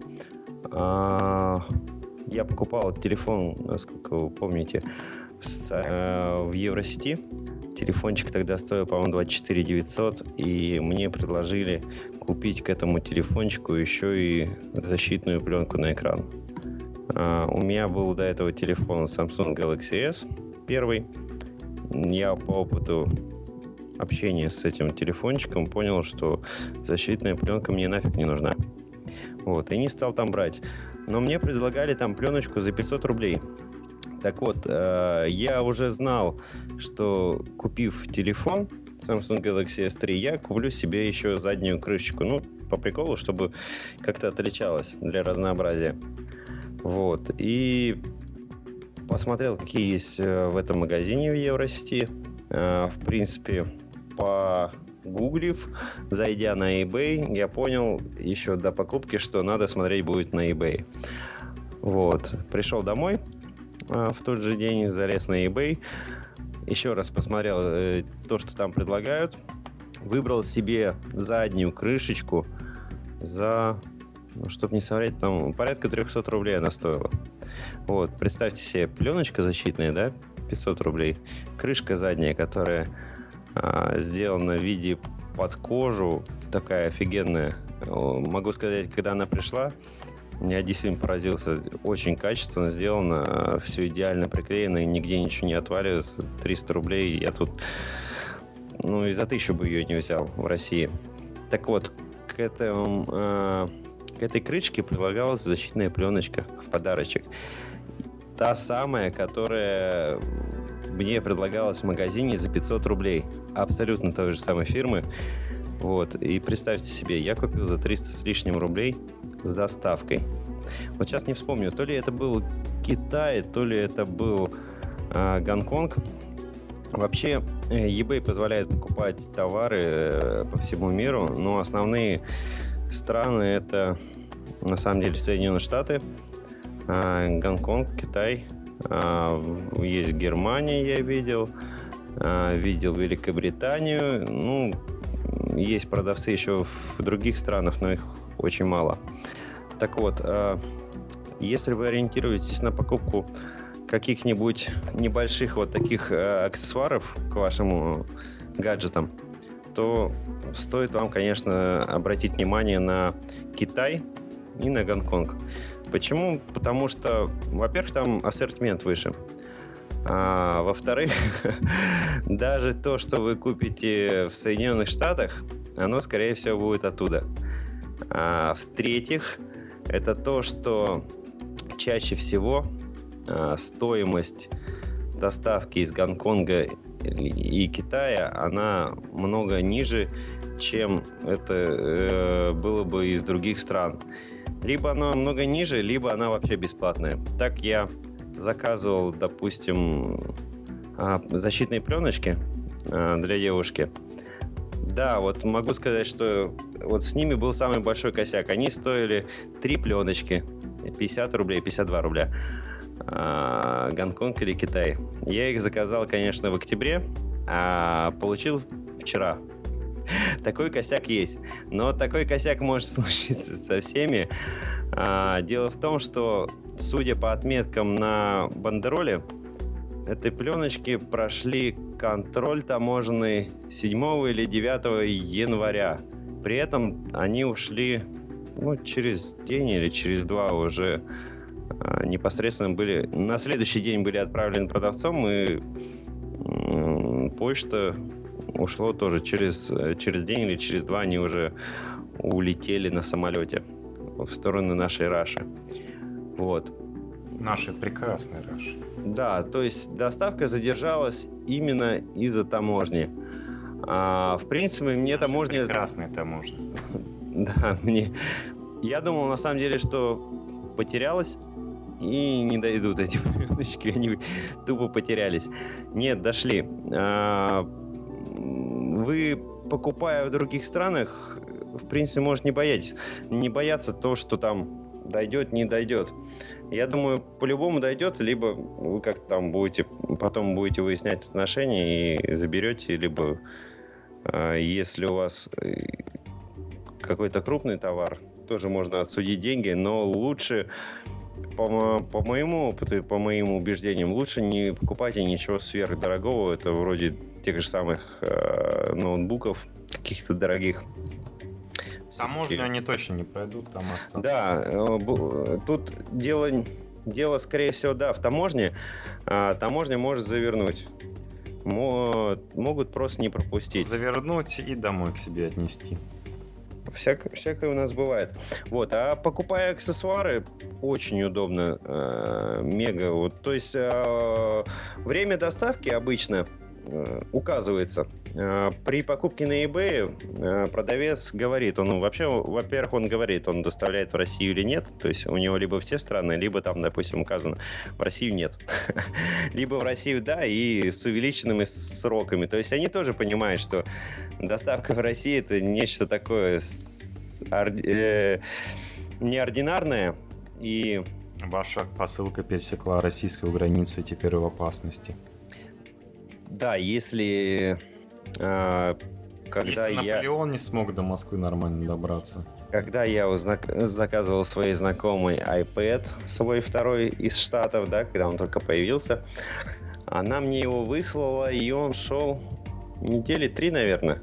я покупал телефон, насколько вы помните, в Евросети. Телефончик тогда стоил, по-моему, 24 900, и мне предложили купить к этому телефончику еще и защитную пленку на экран. У меня был до этого телефон Samsung Galaxy S первый. Я по опыту общения с этим телефончиком понял, что защитная пленка мне нафиг не нужна. И не стал там брать. Но мне предлагали там пленочку за 500 рублей. Так вот, я уже знал, что купив телефон Samsung Galaxy S3, я куплю себе еще заднюю крышечку. По приколу, чтобы как-то отличалось для разнообразия. И посмотрел, какие есть в этом магазине в Евросети. В принципе, погуглив, зайдя на eBay, я понял еще до покупки, что надо смотреть будет на eBay. Пришел домой в тот же день, залез на eBay, еще раз посмотрел то, что там предлагают, выбрал себе заднюю крышечку за, чтобы не соврать, там порядка 300 рублей она стоила. Представьте себе, пленочка защитная, да, 500 рублей, крышка задняя, которая сделана в виде под кожу, такая офигенная. Могу сказать, когда она пришла, я действительно поразился. Очень качественно сделано, все идеально приклеено, и нигде ничего не отваливается. 300 рублей я тут, и за 1000 бы ее не взял в России. Так вот, к этой крышке прилагалась защитная пленочка в подарочек. Та самая, которая мне предлагалась в магазине за 500 рублей. Абсолютно той же самой фирмы. И представьте себе, я купил за 300 с лишним рублей с доставкой. Сейчас не вспомню, то ли это был Китай, то ли это был Гонконг. Вообще, eBay позволяет покупать товары по всему миру, но основные страны это на самом деле Соединенные Штаты, Гонконг, Китай, есть Германия, я видел Великобританию, есть продавцы еще в других странах, но их очень мало. Так вот, если вы ориентируетесь на покупку каких-нибудь небольших таких аксессуаров к вашим гаджетам, то стоит вам, конечно, обратить внимание на Китай и на Гонконг. Почему? Потому что, во-первых, там ассортимент выше. А во-вторых, даже то, что вы купите в Соединенных Штатах, оно, скорее всего, будет оттуда. А в-третьих, это то, что чаще всего стоимость доставки из Гонконга и Китая, она много ниже, чем это было бы из других стран. Либо она много ниже, либо она вообще бесплатная. Так я заказывал, допустим, защитные пленочки для девушки. Да, вот могу сказать, что вот с ними был самый большой косяк. Они стоили 3 пленочки, 50 рублей, 52 рубля. Гонконг или Китай. Я их заказал, конечно, в октябре, а получил вчера. Такой косяк есть. Но такой косяк может случиться со всеми. Дело в том, что, судя по отметкам на бандероле, этой пленочки прошли контроль таможенный 7 или 9 января. При этом они ушли через день или через 2 уже непосредственно были... На следующий день были отправлены продавцом, и почта ушло тоже через день или через 2 они уже улетели на самолете в сторону нашей Раши. Вот. Нашей прекрасной Раши. Да, то есть доставка задержалась именно из-за таможни. В принципе, мне таможня... Прекрасная таможня. Да, я думал, на самом деле, что потерялась, и не дойдут эти пленочки, они тупо потерялись. Нет, дошли. Вы, покупая в других странах, в принципе, может не бояться того, что там дойдет, не дойдет. Я думаю, по-любому дойдет, либо вы как-то там потом будете выяснять отношения и заберете, либо если у вас какой-то крупный товар, тоже можно отсудить деньги, но лучше, по моему опыту и по моим убеждениям, лучше не покупайте ничего сверхдорогого, это вроде тех же самых ноутбуков, каких-то дорогих. Таможню они точно не пройдут, там останутся. Да, тут дело, скорее всего, да, в таможне. Таможня может завернуть. Могут просто не пропустить. Завернуть и домой к себе отнести. Всякое у нас бывает. Вот, а покупая аксессуары, очень удобно. Мега. Вот, то есть время доставки обычно указывается. При покупке на eBay продавец говорит, во-первых, он говорит, он доставляет в Россию или нет, то есть у него либо все страны, либо там, допустим, указано, в Россию нет. Либо в Россию да, и с увеличенными сроками. То есть они тоже понимают, что доставка в Россию это нечто такое неординарное, и... Ваша посылка пересекла российскую границу и теперь в опасности. Да, если Наполеон не смог до Москвы нормально добраться. Когда я заказывал своей знакомой iPad, свой второй из Штатов, да, когда он только появился, она мне его выслала, и он шел недели 3, наверное.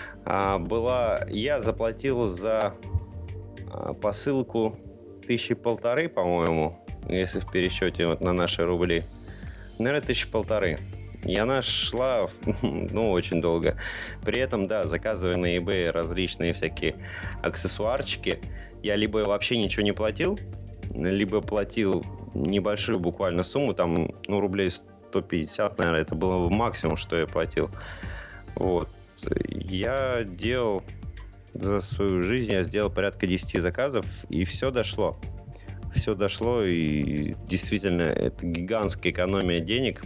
Я заплатил за посылку 1500, по-моему, если в пересчете на наши рубли. Наверное, 1500. И она шла, очень долго. При этом, да, заказывая на eBay различные всякие аксессуарчики, я либо вообще ничего не платил, либо платил небольшую буквально сумму, там, рублей 150, наверное, это было максимум, что я платил. Вот. Я делал за свою жизнь, я сделал порядка 10 заказов, и все дошло. Все дошло, и действительно, это гигантская экономия денег.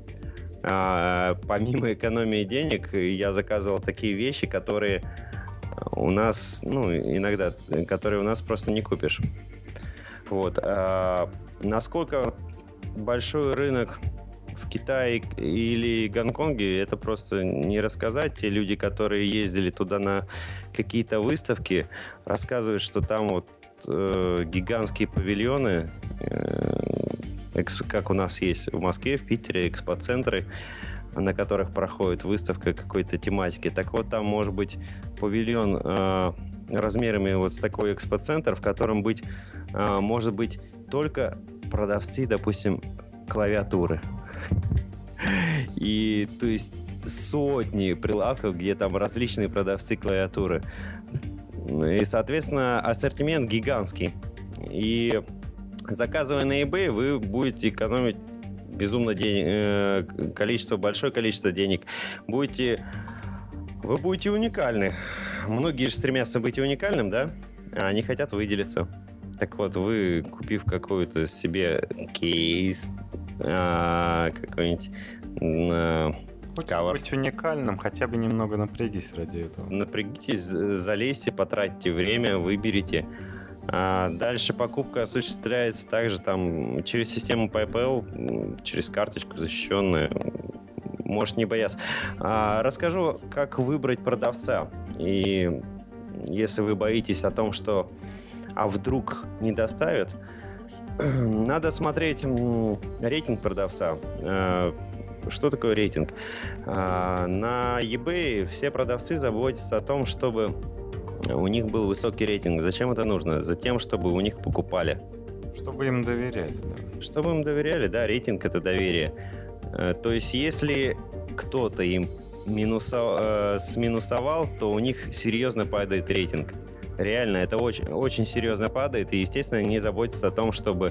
Помимо экономии денег, я заказывал такие вещи, которые у нас, иногда, которые у нас просто не купишь. Вот. Насколько большой рынок в Китае или Гонконге, это просто не рассказать. Те люди, которые ездили туда на какие-то выставки, рассказывают, что там вот гигантские павильоны, как у нас есть в Москве, в Питере, экспоцентры, на которых проходит выставка какой-то тематики. Так вот, там может быть павильон размерами вот с такой экспоцентр, в котором может быть только продавцы, допустим, клавиатуры. И то есть сотни прилавков, где там различные продавцы клавиатуры. И, соответственно, ассортимент гигантский. И заказывая на eBay, вы будете экономить большое количество денег, вы будете уникальны. Многие же стремятся быть уникальным, да? А они хотят выделиться. Так вот, вы, купив какой-то себе кейс, какой-нибудь кавер. Быть уникальным, хотя бы немного напрягись ради этого. Напрягитесь, залезьте, потратьте время, выберите. Дальше покупка осуществляется также там через систему PayPal, через карточку защищенную. Можешь не бояться. Расскажу, как выбрать продавца. И если вы боитесь о том, что вдруг не доставят, надо смотреть рейтинг продавца. Что такое рейтинг? На eBay все продавцы заботятся о том, чтобы у них был высокий рейтинг. Зачем это нужно? Затем, чтобы у них покупали. Чтобы им доверяли. Да. Чтобы им доверяли, да, рейтинг — это доверие. То есть, если кто-то им сминусовал, то у них серьезно падает рейтинг. Реально, это очень, очень серьезно падает, и, естественно, они заботятся о том, чтобы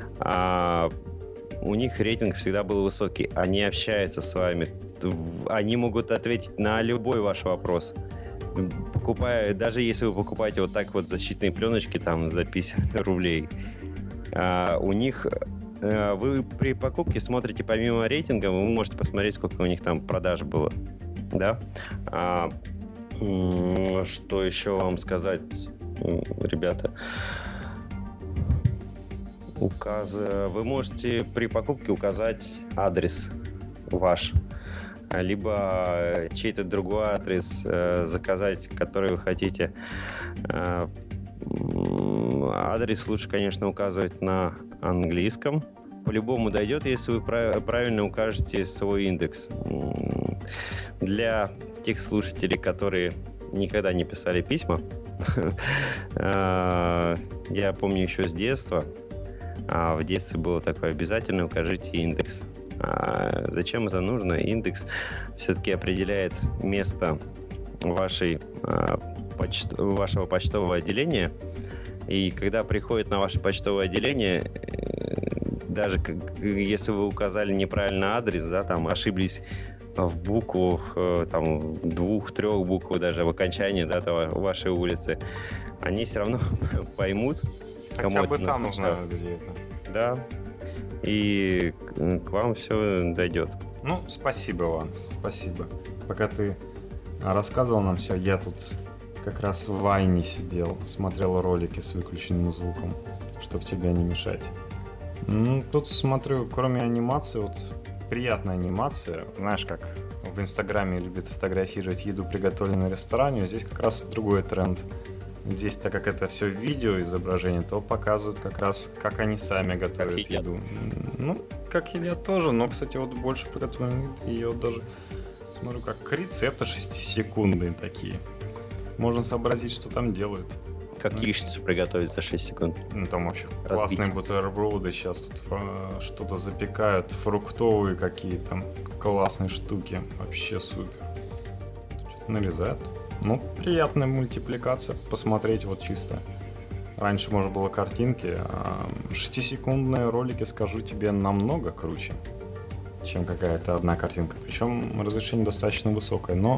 у них рейтинг всегда был высокий. Они общаются с вами, они могут ответить на любой ваш вопрос. Даже если вы покупаете вот так вот защитные пленочки там за 50 рублей, у них вы при покупке смотрите помимо рейтинга, вы можете посмотреть, сколько у них там продаж было. Да? Что еще вам сказать, ребята? Вы можете при покупке указать адрес ваш, либо чей-то другой адрес заказать, который вы хотите. Адрес лучше, конечно, указывать на английском. По-любому дойдет, если вы правильно укажете свой индекс. Для тех слушателей, которые никогда не писали письма, я помню еще с детства, в детстве было такое: обязательно укажите индекс. Зачем это нужно? Индекс все-таки определяет место вашего почтового отделения. И когда приходит на ваше почтовое отделение, даже если вы указали неправильно адрес, да, там ошиблись в буквах, там, 2-3 букв даже в окончании, да, вашей улицы, они все равно поймут, кому хотя бы там узнают, где это. Да. И к вам все дойдет. Ну, спасибо, Ланс, спасибо. Пока ты рассказывал нам все, я тут как раз в Вайне сидел, смотрел ролики с выключенным звуком, чтобы тебе не мешать. Ну, тут смотрю, кроме анимации, вот приятная анимация. Знаешь, как в Инстаграме любят фотографировать еду, приготовленную в ресторане, здесь как раз другой тренд. Здесь, так как это все видео изображение, то показывают как раз, как они сами готовят еду. Ну, как едят тоже, но, кстати, вот больше приготовленных ее даже смотрю, как рецепты 6-секундные такие. Можно сообразить, что там делают. Как яичницу приготовить за 6 секунд. Ну, там вообще классные бутерброды сейчас тут что-то запекают, фруктовые какие-то классные штуки. Вообще супер. Что-то нарезают. Ну, приятная мультипликация. Посмотреть вот чисто. Раньше можно было картинки. 6-секундные ролики, скажу тебе, намного круче, чем какая-то одна картинка. Причем разрешение достаточно высокое. Но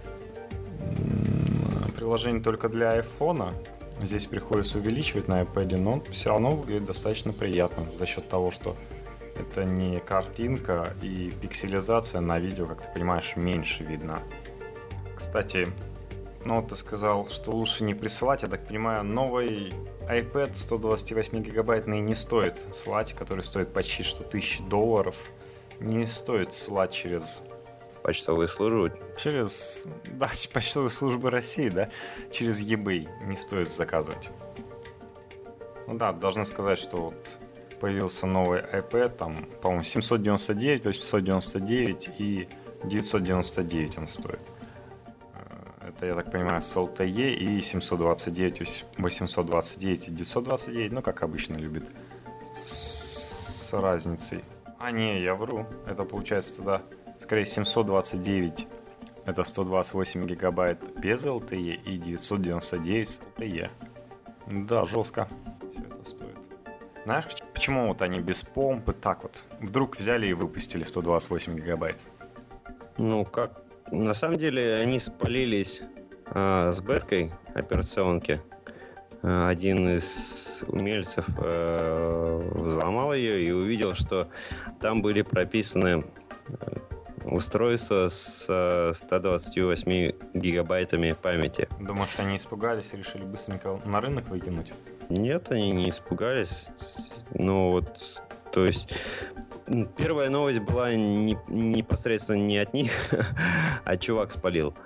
приложение только для айфона. Здесь приходится увеличивать на iPad, но все равно выглядит достаточно приятно за счет того, что это не картинка и пикселизация на видео, как ты понимаешь, меньше видно. Кстати, ну ты сказал, что лучше не присылать. Я так понимаю, новый iPad 128 гигабайтный не стоит ссылать, который стоит почти что $1000. Не стоит ссылать через... Почтовые службы? Через почтовые службы России, да? Через eBay не стоит заказывать. Ну да, должны сказать, что вот появился новый iPad, там, по-моему, 799, 899 и 999 он стоит. Это, я так понимаю, с LTE и 729, 829 и 929, ну, как обычно любит, с разницей. Не, я вру. Это получается тогда, скорее, 729 это 128 гигабайт без LTE и 999 с LTE. Да, жестко все это стоит. Знаешь, Почему вот они без помпы так вот? Вдруг взяли и выпустили 128 гигабайт? Ну, как? На самом деле они спалились с беткой операционки. Один из умельцев взломал ее и увидел, что там были прописаны устройства с 128 гигабайтами памяти. Думаешь, они испугались и решили быстренько на рынок выкинуть? Нет, они не испугались. Ну вот, то есть первая новость была непосредственно не от них, а чувак спалил.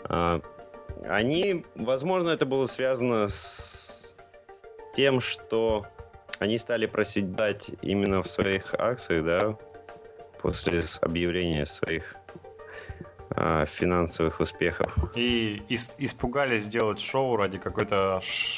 Они, возможно, это было связано с тем, что они стали проседать именно в своих акциях, да, после объявления своих финансовых успехов. И испугались сделать шоу ради какой-то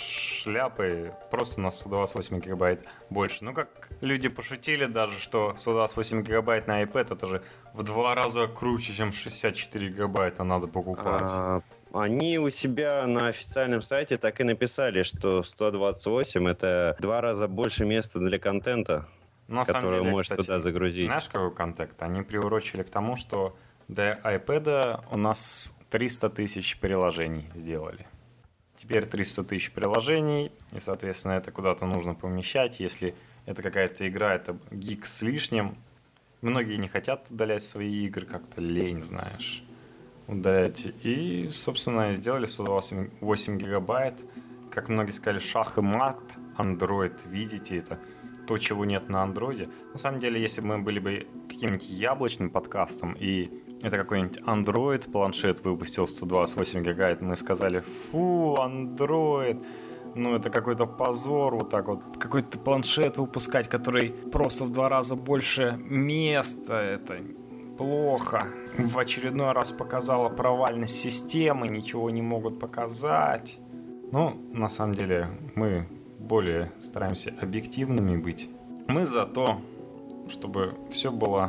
шляпы просто на 128 гигабайт больше. Ну, как люди пошутили даже, что 128 гигабайт на iPad это же в 2 раза круче, чем 64 гигабайта надо покупать. Они у себя на официальном сайте так и написали, что 128 это 2 раза больше места для контента, который может туда загрузить. Знаешь, какой контент? Они приурочили к тому, что до iPad у нас 300 тысяч приложений сделали. Теперь 300 тысяч приложений, и, соответственно, это куда-то нужно помещать. Если это какая-то игра, это гиг с лишним. Многие не хотят удалять свои игры, как-то лень, знаешь, удалять. И, собственно, сделали 128 гигабайт. Как многие сказали, шах и мат, Android, видите, это то, чего нет на Android. На самом деле, если бы мы были бы каким-нибудь яблочным подкастом, и это какой-нибудь Android планшет выпустил 128 гигабайт, мы сказали: фу, Android, ну это какой-то позор, вот так вот какой-то планшет выпускать, который просто в 2 раза больше места, это плохо. В очередной раз показала провальность системы, ничего не могут показать. Ну, на самом деле, мы более стараемся объективными быть. Мы за то, чтобы все было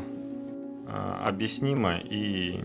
объяснимо и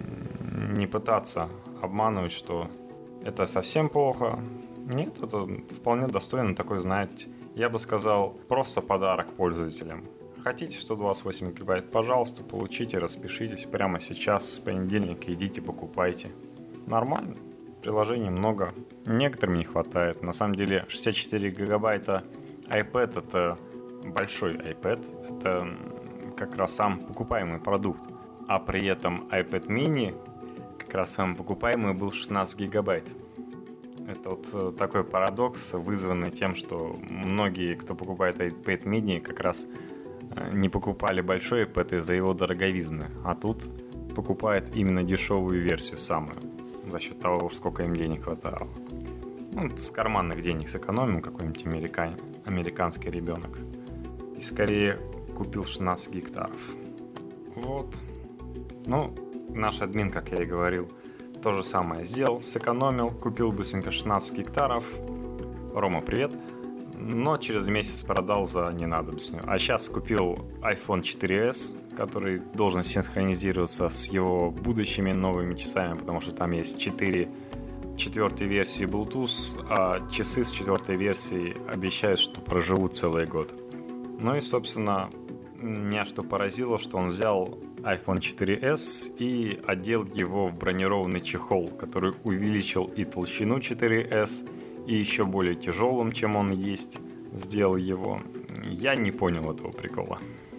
не пытаться обманывать, что это совсем плохо. Нет, это вполне достойно такой, знаете, я бы сказал, просто подарок пользователям. Хотите 128 гигабайт, пожалуйста, получите, распишитесь прямо сейчас, с понедельника идите, покупайте. Нормально, приложений много, некоторым не хватает. На самом деле 64 гигабайта iPad это большой iPad, это как раз сам покупаемый продукт. А при этом iPad mini как раз самый покупаемый был 16 гигабайт. Это вот такой парадокс, вызванный тем, что многие, кто покупает iPad mini, как раз не покупали большой iPad из-за его дороговизны. А тут покупает именно дешевую версию самую, за счет того, сколько им денег хватало. Ну, с карманных денег сэкономил какой-нибудь американский ребенок. И скорее купил 16 гектаров. Вот. Ну, наш админ, как я и говорил, то же самое сделал, сэкономил, купил быстренько 16 гектаров. Рома, привет. Но через месяц продал за ненадобностью. А сейчас купил iPhone 4s, который должен синхронизироваться с его будущими новыми часами, потому что там есть 4 четвертой версии Bluetooth, а часы с 4 версии обещают, что проживут целый год. Ну и, собственно, меня что поразило, что он взял iPhone 4s и одел его в бронированный чехол, который увеличил и толщину 4s, и еще более тяжелым, чем он есть, сделал его. Я не понял этого прикола.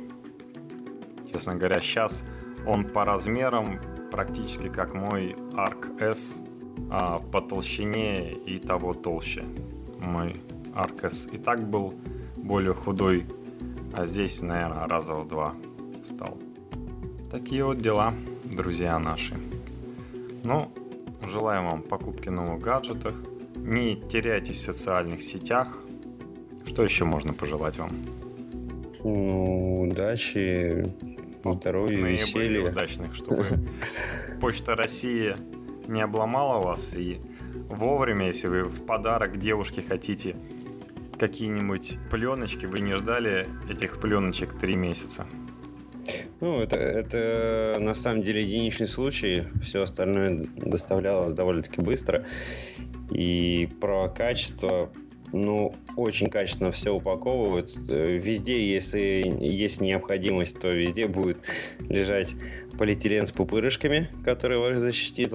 Честно говоря, сейчас он по размерам практически как мой Arc S, а по толщине и того толще. Мой Arc S и так был более худой, а здесь, наверное, раза в 2 стал. Такие вот дела, друзья наши. Ну, желаем вам покупки новых гаджетов. Не теряйтесь в социальных сетях. Что еще можно пожелать вам? Ну, удачи, здоровья, веселья. Удачных, чтобы Почта России не обломала вас. И вовремя, если вы в подарок девушке хотите какие-нибудь пленочки, вы не ждали этих пленочек 3 месяца. Ну, это на самом деле единичный случай. Все остальное доставлялось довольно-таки быстро. И про качество Ну, очень качественно все упаковывают. Везде, если есть необходимость, то везде будет лежать полиэтилен с пупырышками, который защитит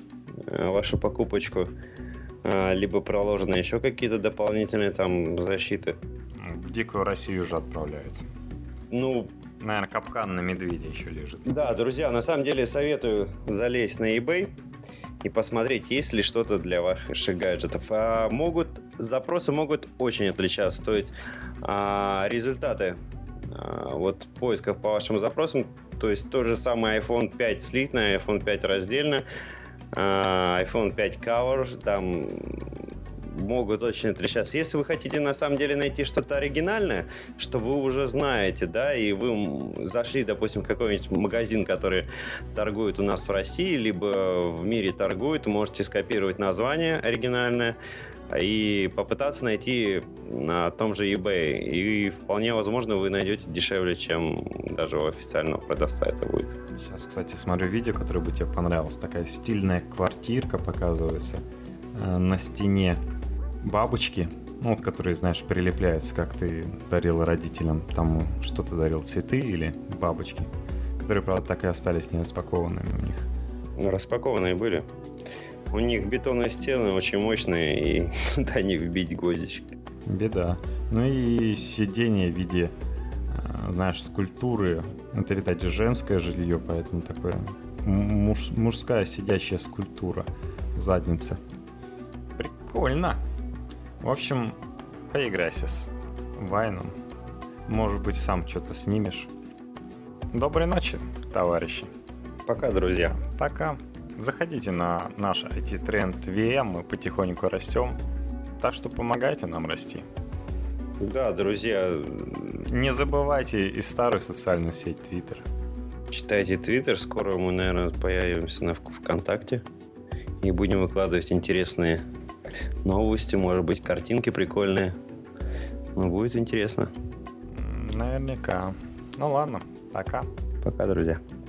вашу покупочку. Либо проложены еще какие-то дополнительные там защиты. В дикую Россию же отправляют. Ну, наверное, капкан на медведя еще лежит. Да, друзья, на самом деле советую залезть на eBay и посмотреть, есть ли что-то для ваших гаджетов. Запросы могут очень отличаться, то есть результаты вот поисков по вашим запросам, то есть тот же самый iPhone 5 слитно, iPhone 5 раздельно, iPhone 5 Cover, там могут очень отличаться. Если вы хотите на самом деле найти что-то оригинальное, что вы уже знаете, да, и вы зашли, допустим, в какой-нибудь магазин, который торгует у нас в России, либо в мире торгует, можете скопировать название оригинальное и попытаться найти на том же eBay. И вполне возможно, вы найдете дешевле, чем даже у официального продавца это будет. Сейчас, кстати, смотрю видео, которое бы тебе понравилось. Такая стильная квартирка показывается. На стене бабочки, ну вот, которые, знаешь, прилепляются, как ты дарил родителям, там что-то дарил, цветы или бабочки, которые, правда, так и остались не распакованными у них. Распакованные были. У них бетонные стены очень мощные, и туда не вбить гвоздичек. Беда. Ну и сиденье в виде, знаешь, скульптуры. Это, видать, женское жилье, поэтому такое мужская сидящая скульптура. Задница. Прикольно. В общем, поиграйся с Вайном. Может быть, сам что-то снимешь. Доброй ночи, товарищи. Пока, друзья. Пока. Заходите на наш IT-тренд VM, мы потихоньку растем. Так что помогайте нам расти. Да, друзья. Не забывайте и старую социальную сеть Twitter. Читайте Twitter, скоро мы, наверное, появимся на ВКонтакте и будем выкладывать интересные новости, может быть, картинки прикольные. Ну, будет интересно. Наверняка. Ну ладно, пока. Пока, друзья.